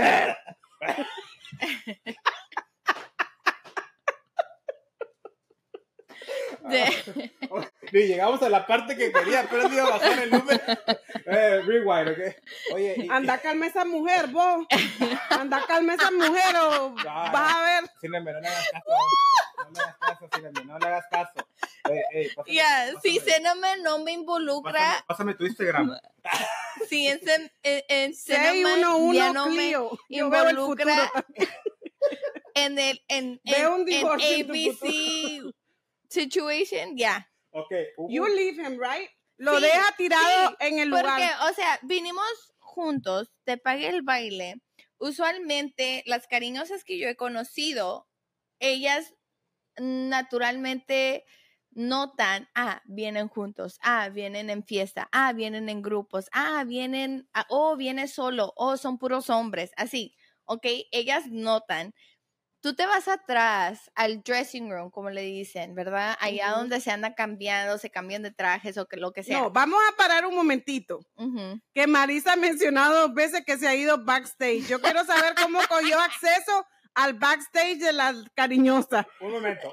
Y llegamos a la parte que quería, pero iba a bajar el número. Rewind, ¿ok? Oye, Anda, calma esa mujer, vos. Anda, calma esa mujer o vas a ver. Cinnamon, no le hagas caso. No le hagas caso, Cinnamon, no le hagas caso. Pásame, Ya, si pásame, Cinnamon no me involucra, pásame tu Instagram. si en Cinnamon 611 ya no me Clio. Yo veo el involucra futuro. en Veo un divorcio en tu ABC situation, ya. Ok, You leave him, right? Lo Sí, deja tirado sí, en el Porque, lugar. o sea, vinimos juntos, te pagué el baile. Usualmente, las cariñosas que yo he conocido, ellas naturalmente notan, vienen juntos, vienen en fiesta, vienen en grupos, vienen, viene solo, son puros hombres, así, ¿ok? Ellas notan, tú te vas atrás al dressing room, como le dicen, ¿verdad? Allá donde se anda cambiando, se cambian de trajes o que lo que sea. No, vamos a parar un momentito. Que Marisa ha mencionado 2 veces que se ha ido backstage. Yo quiero saber cómo cogió acceso al backstage de las cariñosas. Un momento.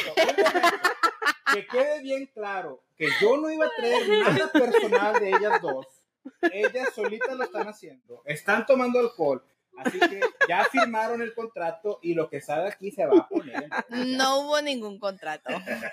Que quede bien claro que yo no iba a traer nada personal de ellas dos. Ellas solitas lo están haciendo. Están tomando alcohol. Así que ya firmaron el contrato y lo que sale aquí se va a poner. No hubo ningún contrato.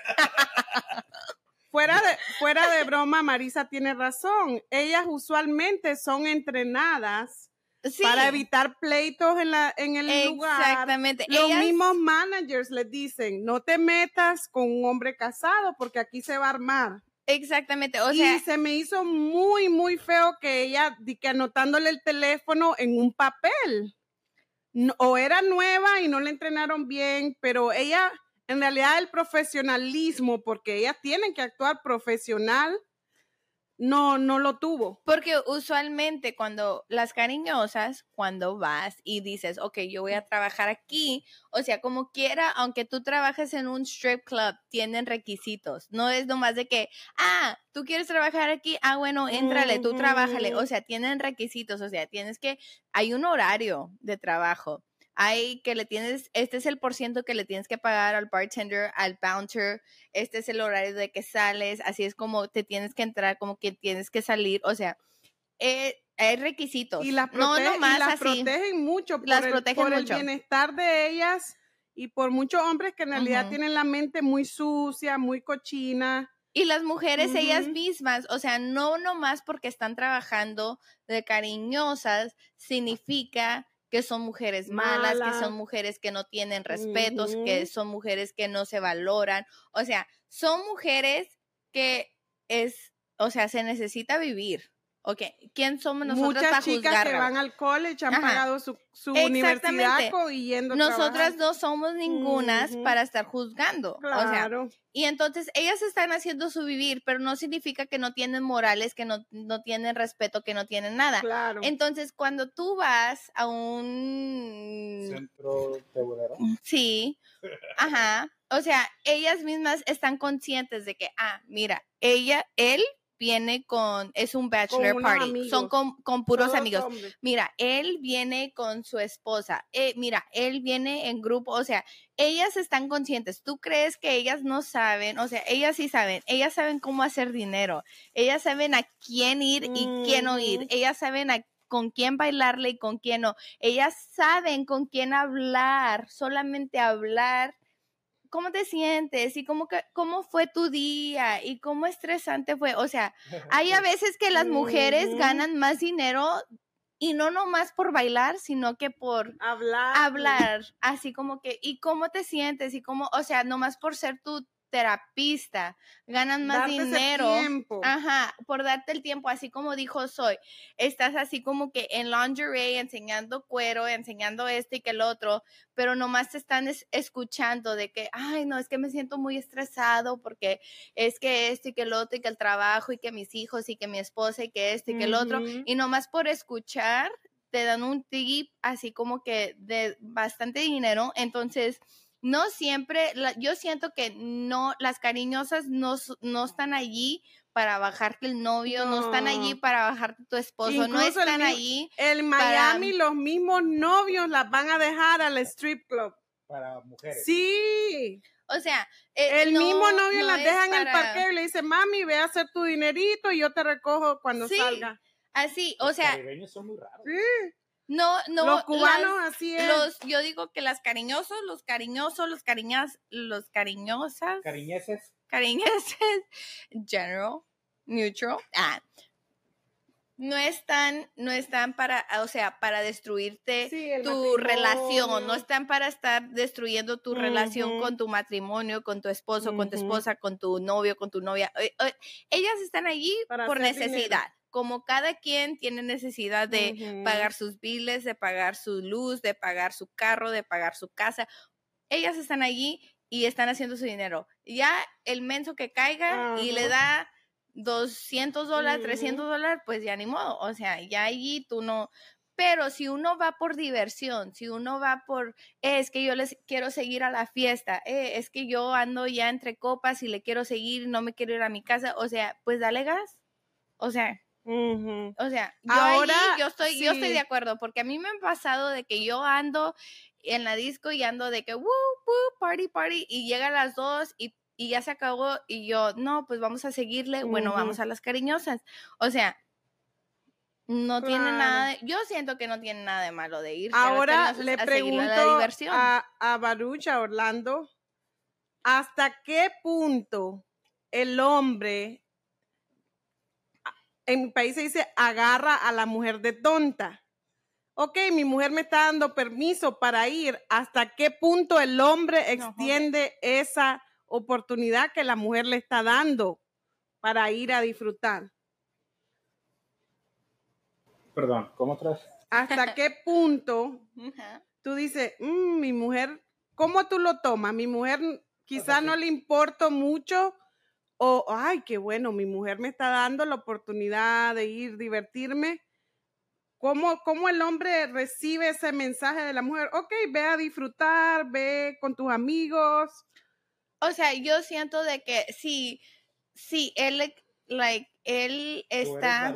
Fuera de broma, Marisa tiene razón. Ellas usualmente son entrenadas para evitar pleitos en el lugar. Exactamente. Los mismos managers les dicen, no te metas con un hombre casado porque aquí se va a armar. Exactamente, o y sea, se me hizo muy, muy feo que ella, que anotándole el teléfono en un papel, o era nueva y no la entrenaron bien, pero ella, en realidad el profesionalismo, porque ellas tienen que actuar profesional, no lo tuvo. Porque usualmente cuando las cariñosas, cuando vas y dices, ok, yo voy a trabajar aquí, o sea, como quiera, aunque tú trabajes en un strip club, tienen requisitos. No es nomás de que, tú quieres trabajar aquí, bueno, éntrale, tú trabájale. O sea, tienen requisitos, o sea, hay un horario de trabajo. Este es el % que le tienes que pagar al bartender, al bouncer, este es el horario de que sales, así es como te tienes que entrar, como que tienes que salir, o sea, hay requisitos. Y las protegen mucho por el bienestar de ellas y por muchos hombres que en realidad tienen la mente muy sucia, muy cochina. Y las mujeres ellas mismas, o sea, no nomás porque están trabajando de cariñosas, significa que son mujeres malas, que son mujeres que no tienen respetos, que son mujeres que no se valoran. O sea, son mujeres que se necesita vivir. Ok, ¿quién somos nosotras para juzgarlas? Muchas chicas que van al college han pagado su universidad y yendo a Nosotras trabajar. no somos ningunas para estar juzgando. Claro. O sea, y entonces ellas están haciendo su vivir, pero no significa que no tienen morales, que no tienen respeto, que no tienen nada. Claro. Entonces, cuando tú vas a un centro de bolera. Sí. Ajá. O sea, ellas mismas están conscientes de que, mira, él viene es un bachelor party, amigos. Son con puros amigos. Hombres. Mira, él viene con su esposa, mira, él viene en grupo, o sea, ellas están conscientes. ¿Tú crees que ellas no saben? O sea, ellas sí saben, ellas saben cómo hacer dinero, ellas saben a quién ir y quién no ir, ellas saben con quién bailarle y con quién no, ellas saben con quién hablar, solamente hablar. ¿Cómo te sientes? Y cómo fue tu día y cómo estresante fue. O sea, hay a veces que las mujeres ganan más dinero y no nomás por bailar, sino que por hablar. Así como que, ¿y cómo te sientes? Y cómo, o sea, nomás por ser tu terapista, ganan más dinero. Ajá, por darte el tiempo, así como dijo Soy, estás así como que en lingerie, enseñando cuero, enseñando esto y que el otro, pero nomás te están escuchando de que, no, es que me siento muy estresado porque es que esto y que el otro y que el trabajo y que mis hijos y que mi esposa y que esto y que el otro, y nomás por escuchar te dan un tip así como que de bastante dinero. Entonces, no siempre, yo siento que no, las cariñosas no están allí para bajarte el novio, no están allí para bajarte tu esposo, incluso no están allí. En Miami los mismos novios las van a dejar al strip club. Para mujeres. Sí. O sea, el mismo novio las deja en el parqueo y le dice, mami, ve a hacer tu dinerito y yo te recojo cuando salga. Así, o sea. Los caribeños son muy raros. Sí. No, los cubanos así es. Yo digo que las cariñosos, los cariñosas, cariñeses, general, neutral, no están para, o sea, para destruirte tu relación, no están para estar destruyendo tu relación con tu matrimonio, con tu esposo, con tu esposa, con tu novio, con tu novia. Ellas están allí por necesidad. Dinero. Como cada quien tiene necesidad de pagar sus biles, de pagar su luz, de pagar su carro, de pagar su casa, ellas están allí y están haciendo su dinero. Ya el menso que caiga y le da $200, $300, pues ya ni modo. O sea, ya allí tú no. Pero si uno va por diversión, si uno va por, es que yo les quiero seguir a la fiesta, es que yo ando ya entre copas y le quiero seguir, no me quiero ir a mi casa, o sea, pues dale gas. O sea, Ahora, yo estoy de acuerdo, porque a mí me ha pasado de que yo ando en la disco y ando de que woo, party, y llega a las 2 y ya se acabó y yo, no, pues vamos a seguirle, bueno, vamos a las cariñosas. O sea, no tiene nada, yo siento que no tiene nada de malo de ir. Ahora le a pregunto la diversión. a Baruch, a Orlando, ¿hasta qué punto el hombre, en mi país se dice, agarra a la mujer de tonta? Ok, mi mujer me está dando permiso para ir. ¿Hasta qué punto el hombre extiende esa oportunidad que la mujer le está dando para ir a disfrutar? Perdón, ¿cómo otra vez? ¿Hasta qué punto tú dices, mi mujer, cómo tú lo tomas? Mi mujer quizás no le importo mucho, o, ay, qué bueno, mi mujer me está dando la oportunidad de ir, divertirme. ¿Cómo el hombre recibe ese mensaje de la mujer? Ok, ve a disfrutar, ve con tus amigos. O sea, yo siento de que si él, él está...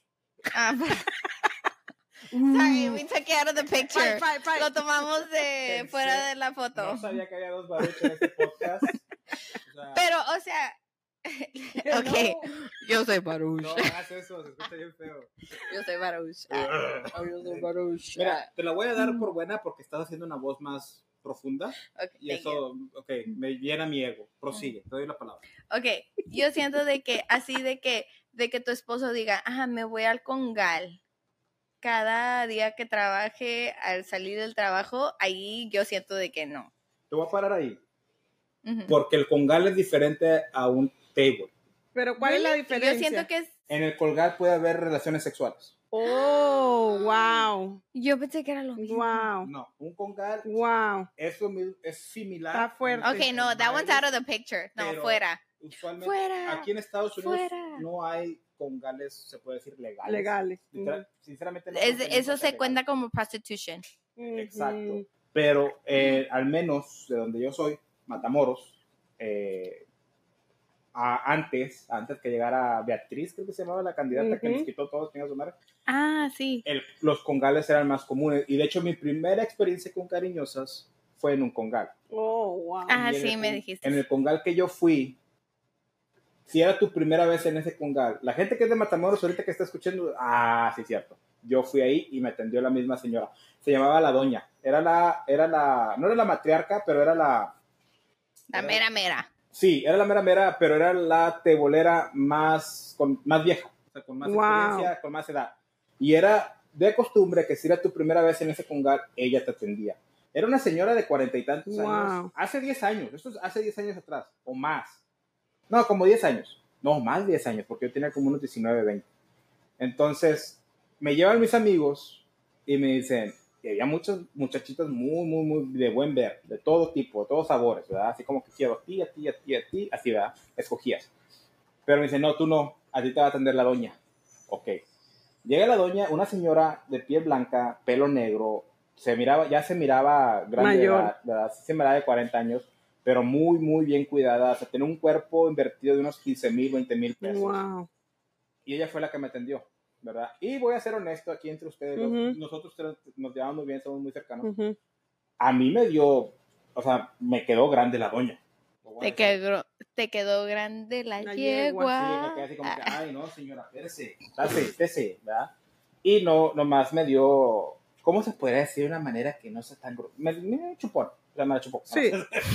Sorry, we took it out of the picture. Fight. Lo tomamos de fuera de la foto. No sabía que había 2 Baruch en este podcast. Pero, o sea... Ok, yo soy Baruch. No hagas eso, se escucha bien feo. Yo soy Baruch. Yo soy Baruch. Mira, te la voy a dar por buena porque estás haciendo una voz más profunda. Okay, y eso, me llena mi ego. Prosigue, te doy la palabra. Ok, yo siento de que así de que tu esposo diga, me voy al congal. Cada día que trabaje, al salir del trabajo, ahí yo siento de que no. Te voy a parar ahí. Porque el congal es diferente a un table. Pero ¿cuál es la diferencia? Yo siento que es... En el congal puede haber relaciones sexuales. Oh, wow. Yo pensé que era lo mismo. Wow. No, un congal es similar. Está fuerte. Ok, no, that one's out of the picture. No, fuera. Usualmente aquí en Estados Unidos no hay congales, se puede decir, legales. Sinceramente no. Eso se cuenta como prostitution. Exacto. Pero al menos de donde yo soy, Matamoros, antes que llegara Beatriz, creo que se llamaba la candidata que nos quitó todos, tenía su madre. Sí. Los congales eran más comunes. Y de hecho, mi primera experiencia con cariñosas fue en un congal. Oh, wow. Sí, me dijiste. En el congal que yo fui, si era tu primera vez en ese congal, la gente que es de Matamoros ahorita que está escuchando, sí, cierto. Yo fui ahí y me atendió la misma señora. Se llamaba la doña. No era la matriarca, pero era la mera. Sí, era la mera, pero era la tebolera más vieja, o sea, con más experiencia, con más edad. Y era de costumbre que si era tu primera vez en ese congal, ella te atendía. Era una señora de 40 y tantos años, hace 10 años, esto es hace 10 años atrás, o más. No, como 10 años, no, más 10 años, porque yo tenía como unos 19, 20. Entonces, me llevan mis amigos y me dicen, y había muchas muchachitas muy de buen ver, de todo tipo, de todos sabores, ¿verdad? Así como que quiero a ti, así, ¿verdad? Escogías. Pero me dicen, no, tú no, a ti te va a atender la doña. Ok. Llega la doña, una señora de piel blanca, pelo negro, ya se miraba grande, mayor, ¿verdad? Sí se miraba de 40 años, pero muy bien cuidada, o sea, tenía un cuerpo invertido de unos 15,000, 20,000 pesos. Wow. Y ella fue la que me atendió, ¿verdad? Y voy a ser honesto aquí entre ustedes, nosotros nos llevamos muy bien, somos muy cercanos. A mí me quedó grande la doña. Te quedó grande la yegua. Sí, me quedé así como que, ay, no, señora, espérese, ¿verdad? Y nomás me dio, ¿cómo se podría decir de una manera que no sea tan grosera? Me dio un chupón, me la chupó. Sí.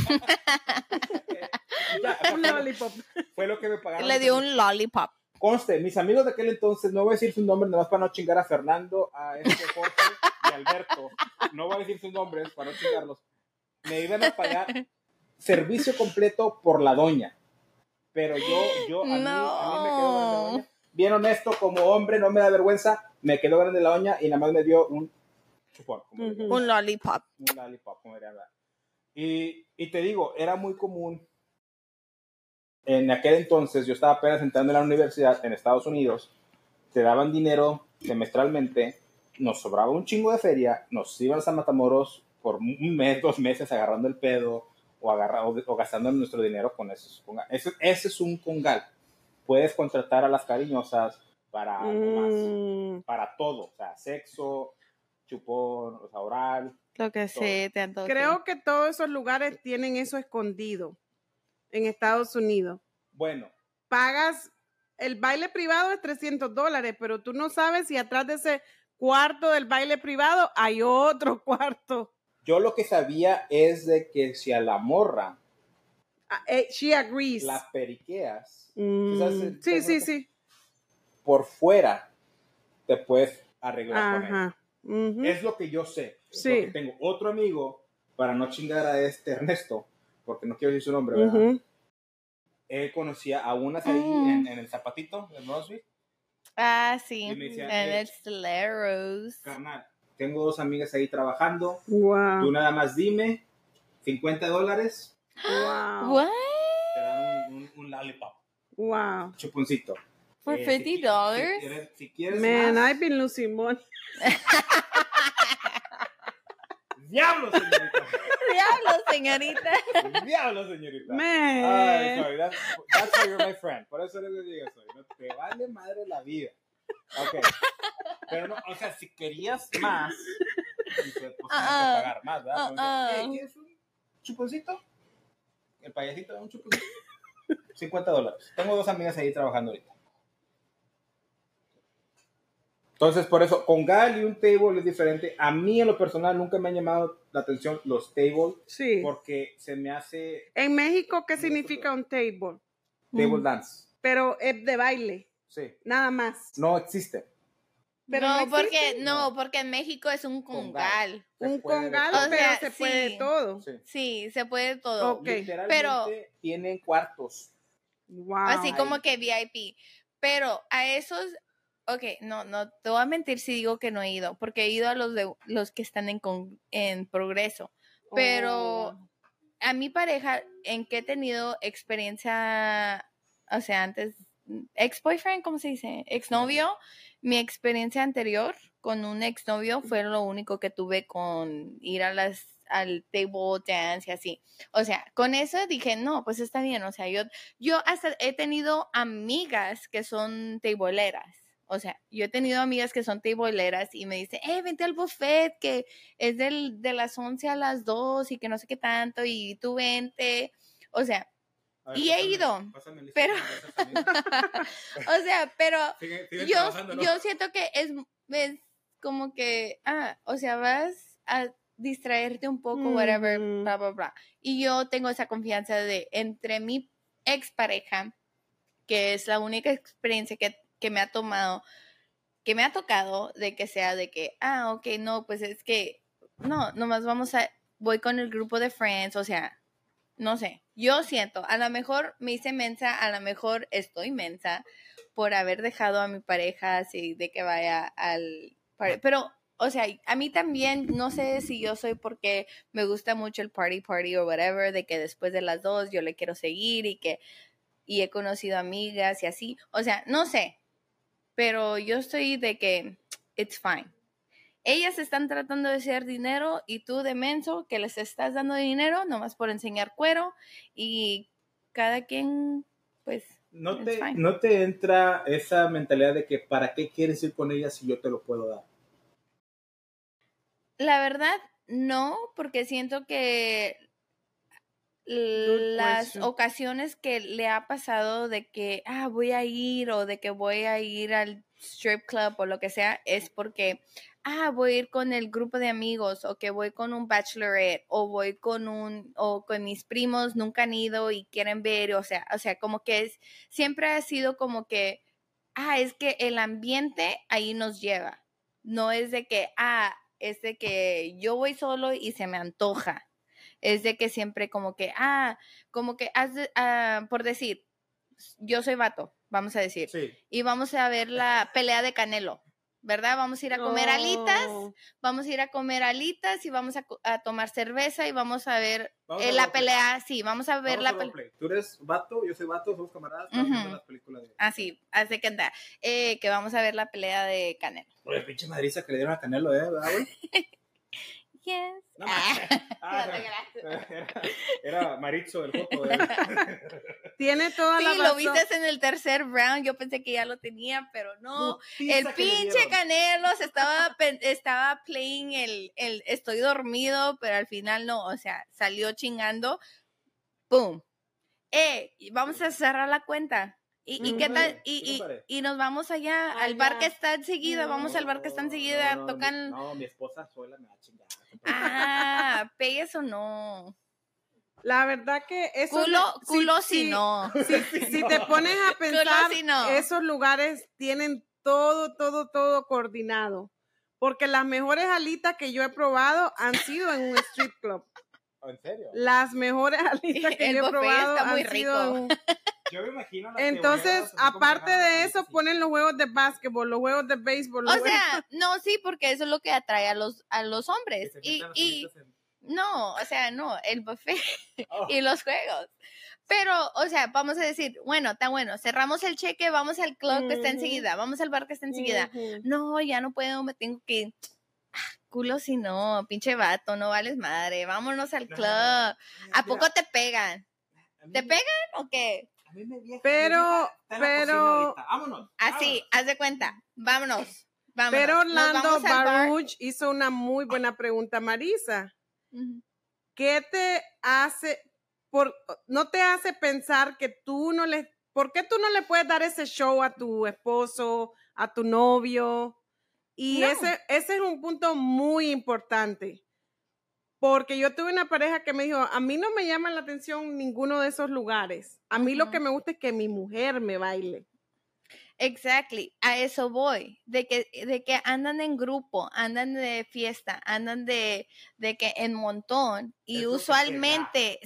Un lollipop. Fue lo que me pagaron. Le dio un lollipop. Conste, mis amigos de aquel entonces, no voy a decir sus nombres, nada más para no chingar a Fernando, a Jorge y Alberto. No voy a decir sus nombres para no chingarlos. Me iban a pagar servicio completo por la doña. Pero a mí me quedó grande la doña. Bien honesto, como hombre, no me da vergüenza, me quedó grande la doña y nada más me dio un chupón. Un lollipop. Un lollipop, como diría. Y te digo, era muy común. En aquel entonces, yo estaba apenas entrando en la universidad en Estados Unidos, te daban dinero semestralmente nos sobraba un chingo de feria, nos íbamos a Matamoros por un mes, 2 meses agarrando el pedo o gastando nuestro dinero con esos congal. Ese es un congal. Puedes contratar a las cariñosas para algo más, para todo, o sea, sexo, chupón, o sea, oral. Lo que todo. sé, te antoje. Creo que todos esos lugares tienen eso escondido en Estados Unidos. Bueno. Pagas, el baile privado es $300, pero tú no sabes si atrás de ese cuarto del baile privado hay otro cuarto. Yo lo que sabía es de que si a la morra she agrees. las periqueas, sí. por fuera te puedes arreglar con ella. Uh-huh. Es lo que yo sé. Sí. Porque tengo otro amigo, para no chingar a este Ernesto, porque no quiero decir su nombre, ¿verdad? Uh-huh. Él conocía a unas ahí en el Zapatito de Roseville. Ah, sí. Y me decía, en el Celeros. Carnal, tengo 2 amigas ahí trabajando. Wow. Tú nada más dime, $50. Wow. What? Te dan un lollipop. Wow. Chuponcito. For $50? Si quieres Man, más, I've been losing money. ¡Diablo, señorita! ¡Diablo, señorita! ¡Diablo, señorita! Man. Ay, sorry, that's why you're my friend. Por eso les digo eso. No te vale madre la vida. Ok. Pero no, o sea, si querías más, pues tienes que pagar más, ¿verdad? ¿Quieres un chuponcito? El payasito da un chuponcito. $50. Tengo 2 amigas ahí trabajando ahorita. Entonces, por eso, con Gal y un table es diferente. A mí, en lo personal, nunca me han llamado la atención los tables. Sí. Porque se me hace... En México, ¿qué significa un table? Table dance. Pero es de baile. Sí. Nada más. No existe. Pero porque en México es un congal. Un congal, pero se puede todo. Sí, se puede todo. Okay. Literalmente tienen cuartos. Wow. Así como que VIP. Pero a esos... Ok, no te voy a mentir si digo que no he ido, porque he ido a los que están en progreso. Pero a mi pareja, en que he tenido experiencia, o sea, antes, ex-boyfriend, ¿cómo se dice? Exnovio. Mi experiencia anterior con un exnovio fue lo único que tuve con ir al table dance y así. O sea, con eso dije, no, pues está bien. O sea, yo hasta he tenido amigas que son tableeras. O sea, yo he tenido amigas que son tableeras y me dicen, vente al buffet que es de las 11 a las 2 y que no sé qué tanto y tú vente. O sea, ver, he ido. Pero, o sea, pero yo siento que es como que, o sea, vas a distraerte un poco, whatever, bla, bla, bla. Y yo tengo esa confianza de entre mi expareja, que es la única experiencia que me ha tocado de que sea de que, ok, no, pues es que, no, nomás voy con el grupo de friends, o sea, no sé, yo siento, a lo mejor me hice mensa, a lo mejor estoy mensa por haber dejado a mi pareja así de que vaya al party, pero, o sea, a mí también, no sé si yo soy porque me gusta mucho el party o whatever, de que después de las 2 yo le quiero seguir y he conocido amigas y así, o sea, no sé. Pero yo estoy de que it's fine. Ellas están tratando de hacer dinero y tú de menso que les estás dando dinero nomás por enseñar cuero y cada quien, pues, ¿No te entra esa mentalidad de que para qué quieres ir con ellas si yo te lo puedo dar? La verdad, no, porque siento que las ocasiones que le ha pasado de que voy a ir o de que voy a ir al strip club o lo que sea es porque voy a ir con el grupo de amigos o que voy con un bachelorette o voy con mis primos, nunca han ido y quieren ver, o sea como que siempre ha sido como que es que el ambiente ahí nos lleva, no es de que es de que yo voy solo y se me antoja. Es de que siempre como que, por decir, yo soy vato, vamos a decir, sí. Y vamos a ver la pelea de Canelo, ¿verdad? Vamos a ir a comer alitas, y vamos a tomar cerveza y vamos a ver la pelea, sí, vamos a ver la pelea. Tú eres vato, yo soy vato, somos camaradas, estamos viendo las películas de... Ah, sí, hace que anda, que vamos a ver la pelea de Canelo. Oye, pinche madriza que le dieron a Canelo, ¿verdad, güey? Yes. No, era Maritzo el foto. Tiene toda la Sí, razón. lo viste en el tercer round. Yo pensé que ya lo tenía, pero no. El pinche Canelo se estaba playing el estoy dormido, pero al final no. O sea, salió chingando. ¡Pum! Vamos a cerrar la cuenta. ¿Y qué tal? Y nos vamos allá al bar que está enseguida. Vamos al bar que está enseguida. Tocan. No, mi esposa sola me va a chingar. ¿Pegues o no? La verdad que eso... Culo si no. Si te pones a pensar, si no. esos lugares tienen todo coordinado. Porque las mejores alitas que yo he probado han sido en un street club. ¿En serio? Las mejores alitas que yo he probado está muy han sido en un... Yo me imagino... Entonces, aparte de eso, ponen los juegos de básquetbol, los juegos de béisbol. O sea, no, sí, porque eso es lo que atrae a los hombres. No, o sea, no, el buffet y los juegos. Pero, o sea, vamos a decir, bueno, está bueno, cerramos el cheque, vamos al club que está enseguida, vamos al bar que está enseguida. No, ya no puedo, me tengo que ir. Culo si no, pinche vato, no vales madre, vámonos al club. ¿A poco te pegan? ¿Te pegan o qué? A mí me viaja, pero, vámonos. Así, haz de cuenta, vámonos. Pero Orlando Baruch hizo una muy buena pregunta, Marisa. ¿Qué te hace, no te hace pensar que ¿por qué tú no le puedes dar ese show a tu esposo, a tu novio? Y ese es un punto muy importante. Porque yo tuve una pareja que me dijo, a mí no me llama la atención ninguno de esos lugares. A mí lo que me gusta es que mi mujer me baile. Exactly, a eso voy, de que andan en grupo, andan de fiesta, andan de que en montón y usualmente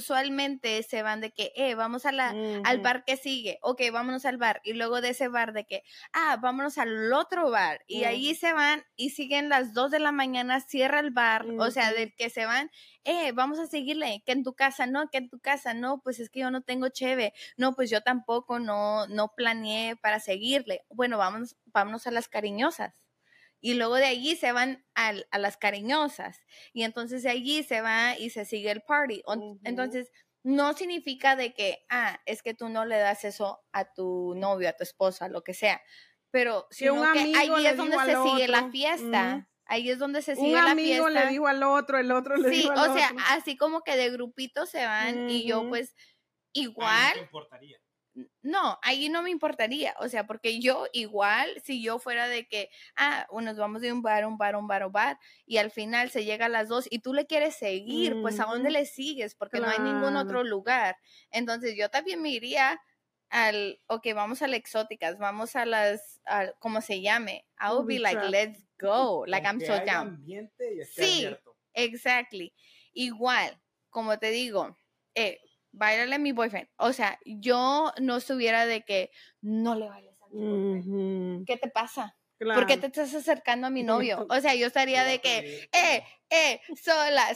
se van de que, vamos al bar que sigue, ok, vámonos al bar y luego de ese bar de que, vámonos al otro bar y ahí se van y siguen las 2 de la mañana, cierra el bar, o sea, del que se van, vamos a seguirle, que en tu casa no, pues es que yo no tengo cheve, no, pues yo tampoco, no planeé para seguirle, bueno, vámonos a las cariñosas. Y luego de allí se van a las cariñosas. Y entonces de allí se va y se sigue el party. Entonces, no significa de que, es que tú no le das eso a tu novio, a tu esposa, lo que sea. Pero sino que allí es donde se sigue la fiesta. Ahí es donde se sigue la fiesta. Un amigo le dijo al otro, el otro le dijo al otro. Sí, o sea, así como que de grupitos se van y yo pues igual. ¿Te importaría? No, ahí no me importaría, o sea, porque yo igual, si yo fuera de que, nos vamos de un bar y al final se llega a las 2 y tú le quieres seguir, pues ¿a dónde le sigues? Porque no hay ningún otro lugar. Entonces yo también me iría vamos a las exóticas, vamos a ¿cómo se llame? I would be like, let's go, like I'm so down. Ambiente y sí, abierto. Exactly. Igual, como te digo, báilale a mi boyfriend. O sea, yo no estuviera de que no le bailes a mi boyfriend. ¿Qué te pasa? Claro. ¿Por qué te estás acercando a mi novio? O sea, yo estaría de que, sola.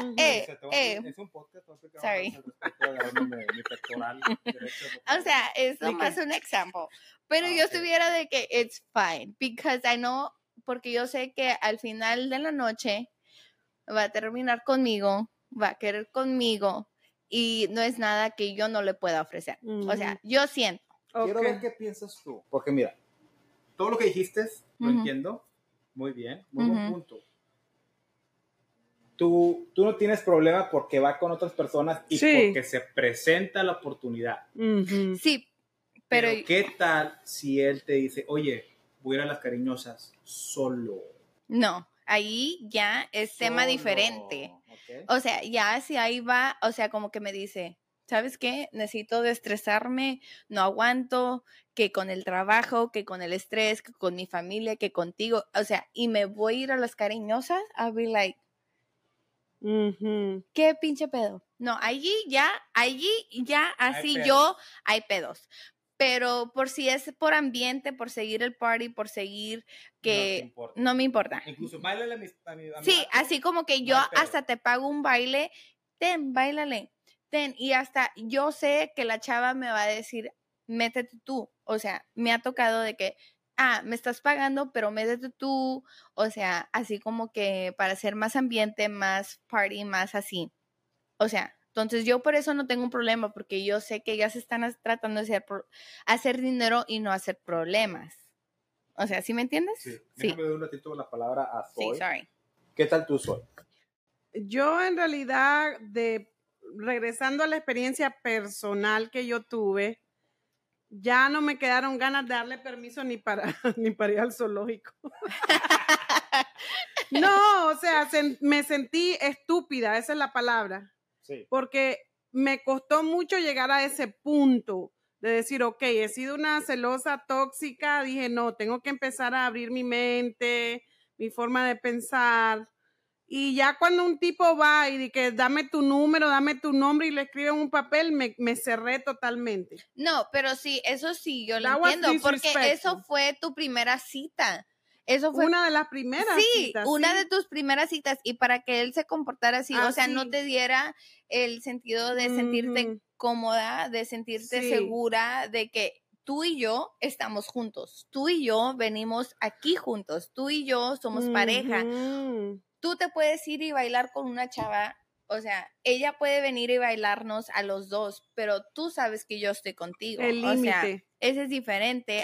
Es un podcast, sorry. Mi pectoral o sea, es nomás un ejemplo. Pero yo estuviera de que it's fine, because I know, porque yo sé que al final de la noche va a terminar conmigo, va a querer conmigo, y no es nada que yo no le pueda ofrecer. O sea, yo siento. Quiero ver qué piensas tú. Porque mira, todo lo que dijiste lo entiendo. Muy bien, muy buen punto. Tú no tienes problema porque va con otras personas y porque se presenta la oportunidad. Sí, pero ¿qué tal si él te dice, oye, voy a ir a las cariñosas solo? No, ahí ya es tema diferente. Okay. O sea, ya si ahí va, o sea, como que me dice, ¿sabes qué? Necesito desestresarme, no aguanto, que con el trabajo, que con el estrés, que con mi familia, que contigo, o sea, y me voy a ir a las cariñosas, I'll be like, ¿qué pinche pedo? No, allí ya, así hay pedos. pero por si es por ambiente, por seguir el party, por seguir que no me importa. Incluso bailale a mi sí, vato, así como que yo hasta te pago un baile, báilale, y hasta yo sé que la chava me va a decir, métete tú, o sea, me ha tocado de que, me estás pagando, pero métete tú, o sea, así como que para hacer más ambiente, más party, más así, o sea, entonces yo por eso no tengo un problema, porque yo sé que ellas están tratando de hacer dinero y no hacer problemas. O sea, ¿sí me entiendes? Sí. Déjame ver un ratito la palabra a Zoe. Sí, sorry. ¿Qué tal tú, Zoe? Yo en realidad, regresando a la experiencia personal que yo tuve, ya no me quedaron ganas de darle permiso ni para ir al zoológico. No, o sea, me sentí estúpida, esa es la palabra. Sí. Porque me costó mucho llegar a ese punto de decir, ok, he sido una celosa tóxica, dije, no, tengo que empezar a abrir mi mente, mi forma de pensar. Y ya cuando un tipo va y dice que dame tu número, dame tu nombre y le escribe en un papel, me cerré totalmente. No, pero sí, eso sí, yo lo entiendo, porque eso fue tu primera cita. Eso fue una de las primeras citas. Sí, una de tus primeras citas, y para que él se comportara así, o sea, no te diera el sentido de sentirte cómoda, de sentirte segura, de que tú y yo estamos juntos, tú y yo venimos aquí juntos, tú y yo somos pareja. Tú te puedes ir y bailar con una chava, o sea, ella puede venir y bailarnos a los dos, pero tú sabes que yo estoy contigo. El límite. O sea, ese es diferente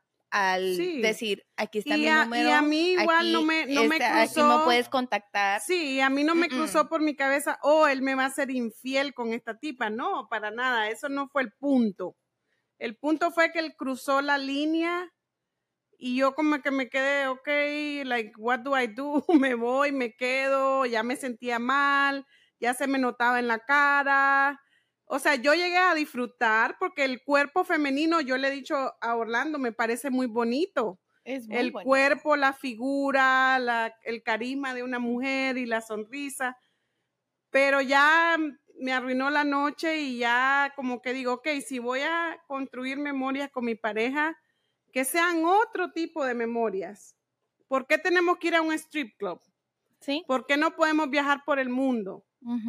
al decir, aquí está mi número. Y a mí igual aquí, no me cruzó. Aquí me puedes contactar. Sí, a mí no me cruzó por mi cabeza, él me va a ser infiel con esta tipa. No, para nada, eso no fue el punto. El punto fue que él cruzó la línea y yo como que me quedé, ok, like, what do I do? Me voy, me quedo, ya me sentía mal, ya se me notaba en la cara. O sea, yo llegué a disfrutar porque el cuerpo femenino, yo le he dicho a Orlando, me parece muy bonito. Es muy el bonito. Cuerpo, la figura, el carisma de una mujer y la sonrisa. Pero ya me arruinó la noche y ya como que digo, ok, si voy a construir memorias con mi pareja, que sean otro tipo de memorias. ¿Por qué tenemos que ir a un strip club? ¿Sí? ¿Por qué no podemos viajar por el mundo?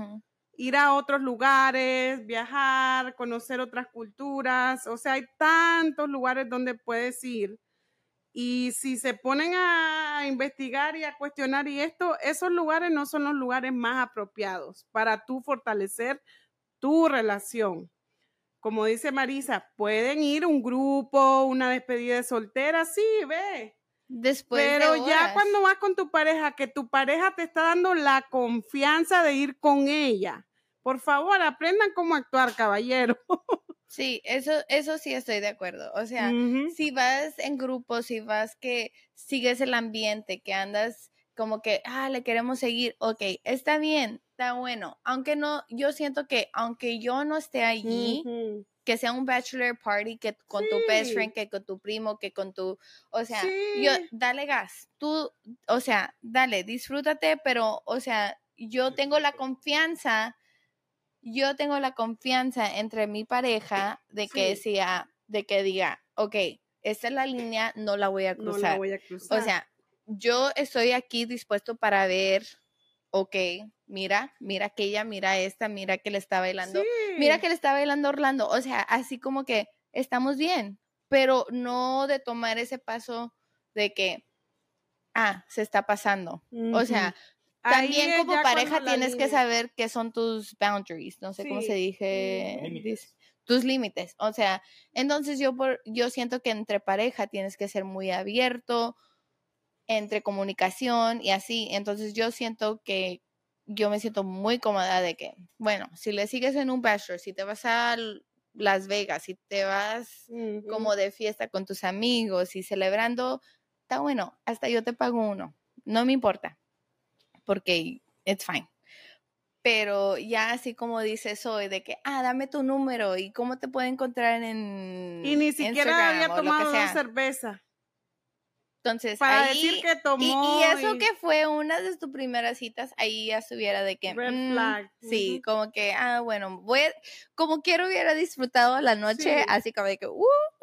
Ir a otros lugares, viajar, conocer otras culturas. O sea, hay tantos lugares donde puedes ir. Y si se ponen a investigar y a cuestionar y esos lugares no son los lugares más apropiados para tú fortalecer tu relación. Como dice Marisa, pueden ir un grupo, una despedida de soltera, sí, ve. Pero ya cuando vas con tu pareja, que tu pareja te está dando la confianza de ir con ella, por favor, aprendan cómo actuar, caballero. Sí, eso sí estoy de acuerdo. O sea, si vas en grupo, si vas que sigues el ambiente, que andas como que, le queremos seguir, ok, está bien, está bueno. Aunque no, yo siento que aunque yo no esté allí, que sea un bachelor party, que con tu best friend, que con tu primo, que con tu, o sea, dale gas, tú, o sea, dale, disfrútate, pero, o sea, yo tengo la confianza entre mi pareja de que de que diga, ok, esta es la línea, no la voy a cruzar. No la voy a cruzar. O sea, yo estoy aquí dispuesto para ver, ok, mira aquella, mira esta, mira que le está bailando, mira que le está bailando Orlando. O sea, así como que estamos bien, pero no de tomar ese paso de que, se está pasando. O sea, también como pareja tienes que saber qué son tus boundaries, no sé cómo se dice, tus límites. O sea, entonces yo siento que entre pareja tienes que ser muy abierto, entre comunicación y así. Entonces yo siento que yo me siento muy cómoda de que, bueno, si le sigues en un bachelor, si te vas a Las Vegas, si te vas como de fiesta con tus amigos y celebrando, está bueno, hasta yo te pago uno, no me importa. Porque it's fine. Pero ya así como dices hoy, de que, dame tu número y cómo te puedo encontrar en y ni siquiera Instagram, había tomado 2 cervezas. Entonces, para ahí, decir que tomó. Y eso que fue una de tus primeras citas, ahí ya estuviera de que, red flag. Sí, como que, bueno, como quiero hubiera disfrutado la noche, así como de que,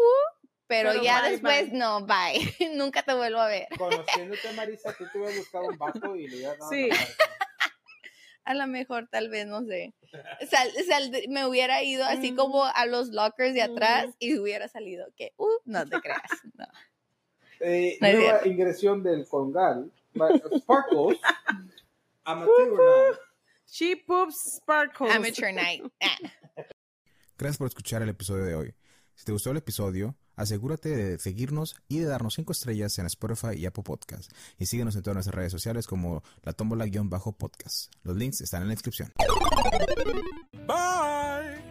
Pero ya bye, después, bye. no, bye. Nunca te vuelvo a ver. Conociéndote, Marisa, tú te hubieras buscado un vato y le hubieras dado Sí. la madre. A lo mejor, tal vez, no sé. Me hubiera ido así Mm. como a los lockers de atrás Mm. y hubiera salido que, no te creas. No. No es Nueva cierto. ingresión del Congal. Sparkles. Amateur Night. She poops sparkles. Amateur night. Gracias por escuchar el episodio de hoy. Si te gustó el episodio, asegúrate de seguirnos y de darnos 5 estrellas en Spotify y Apple Podcast. Y síguenos en todas nuestras redes sociales como la tómbola-podcast. Los links están en la descripción. Bye.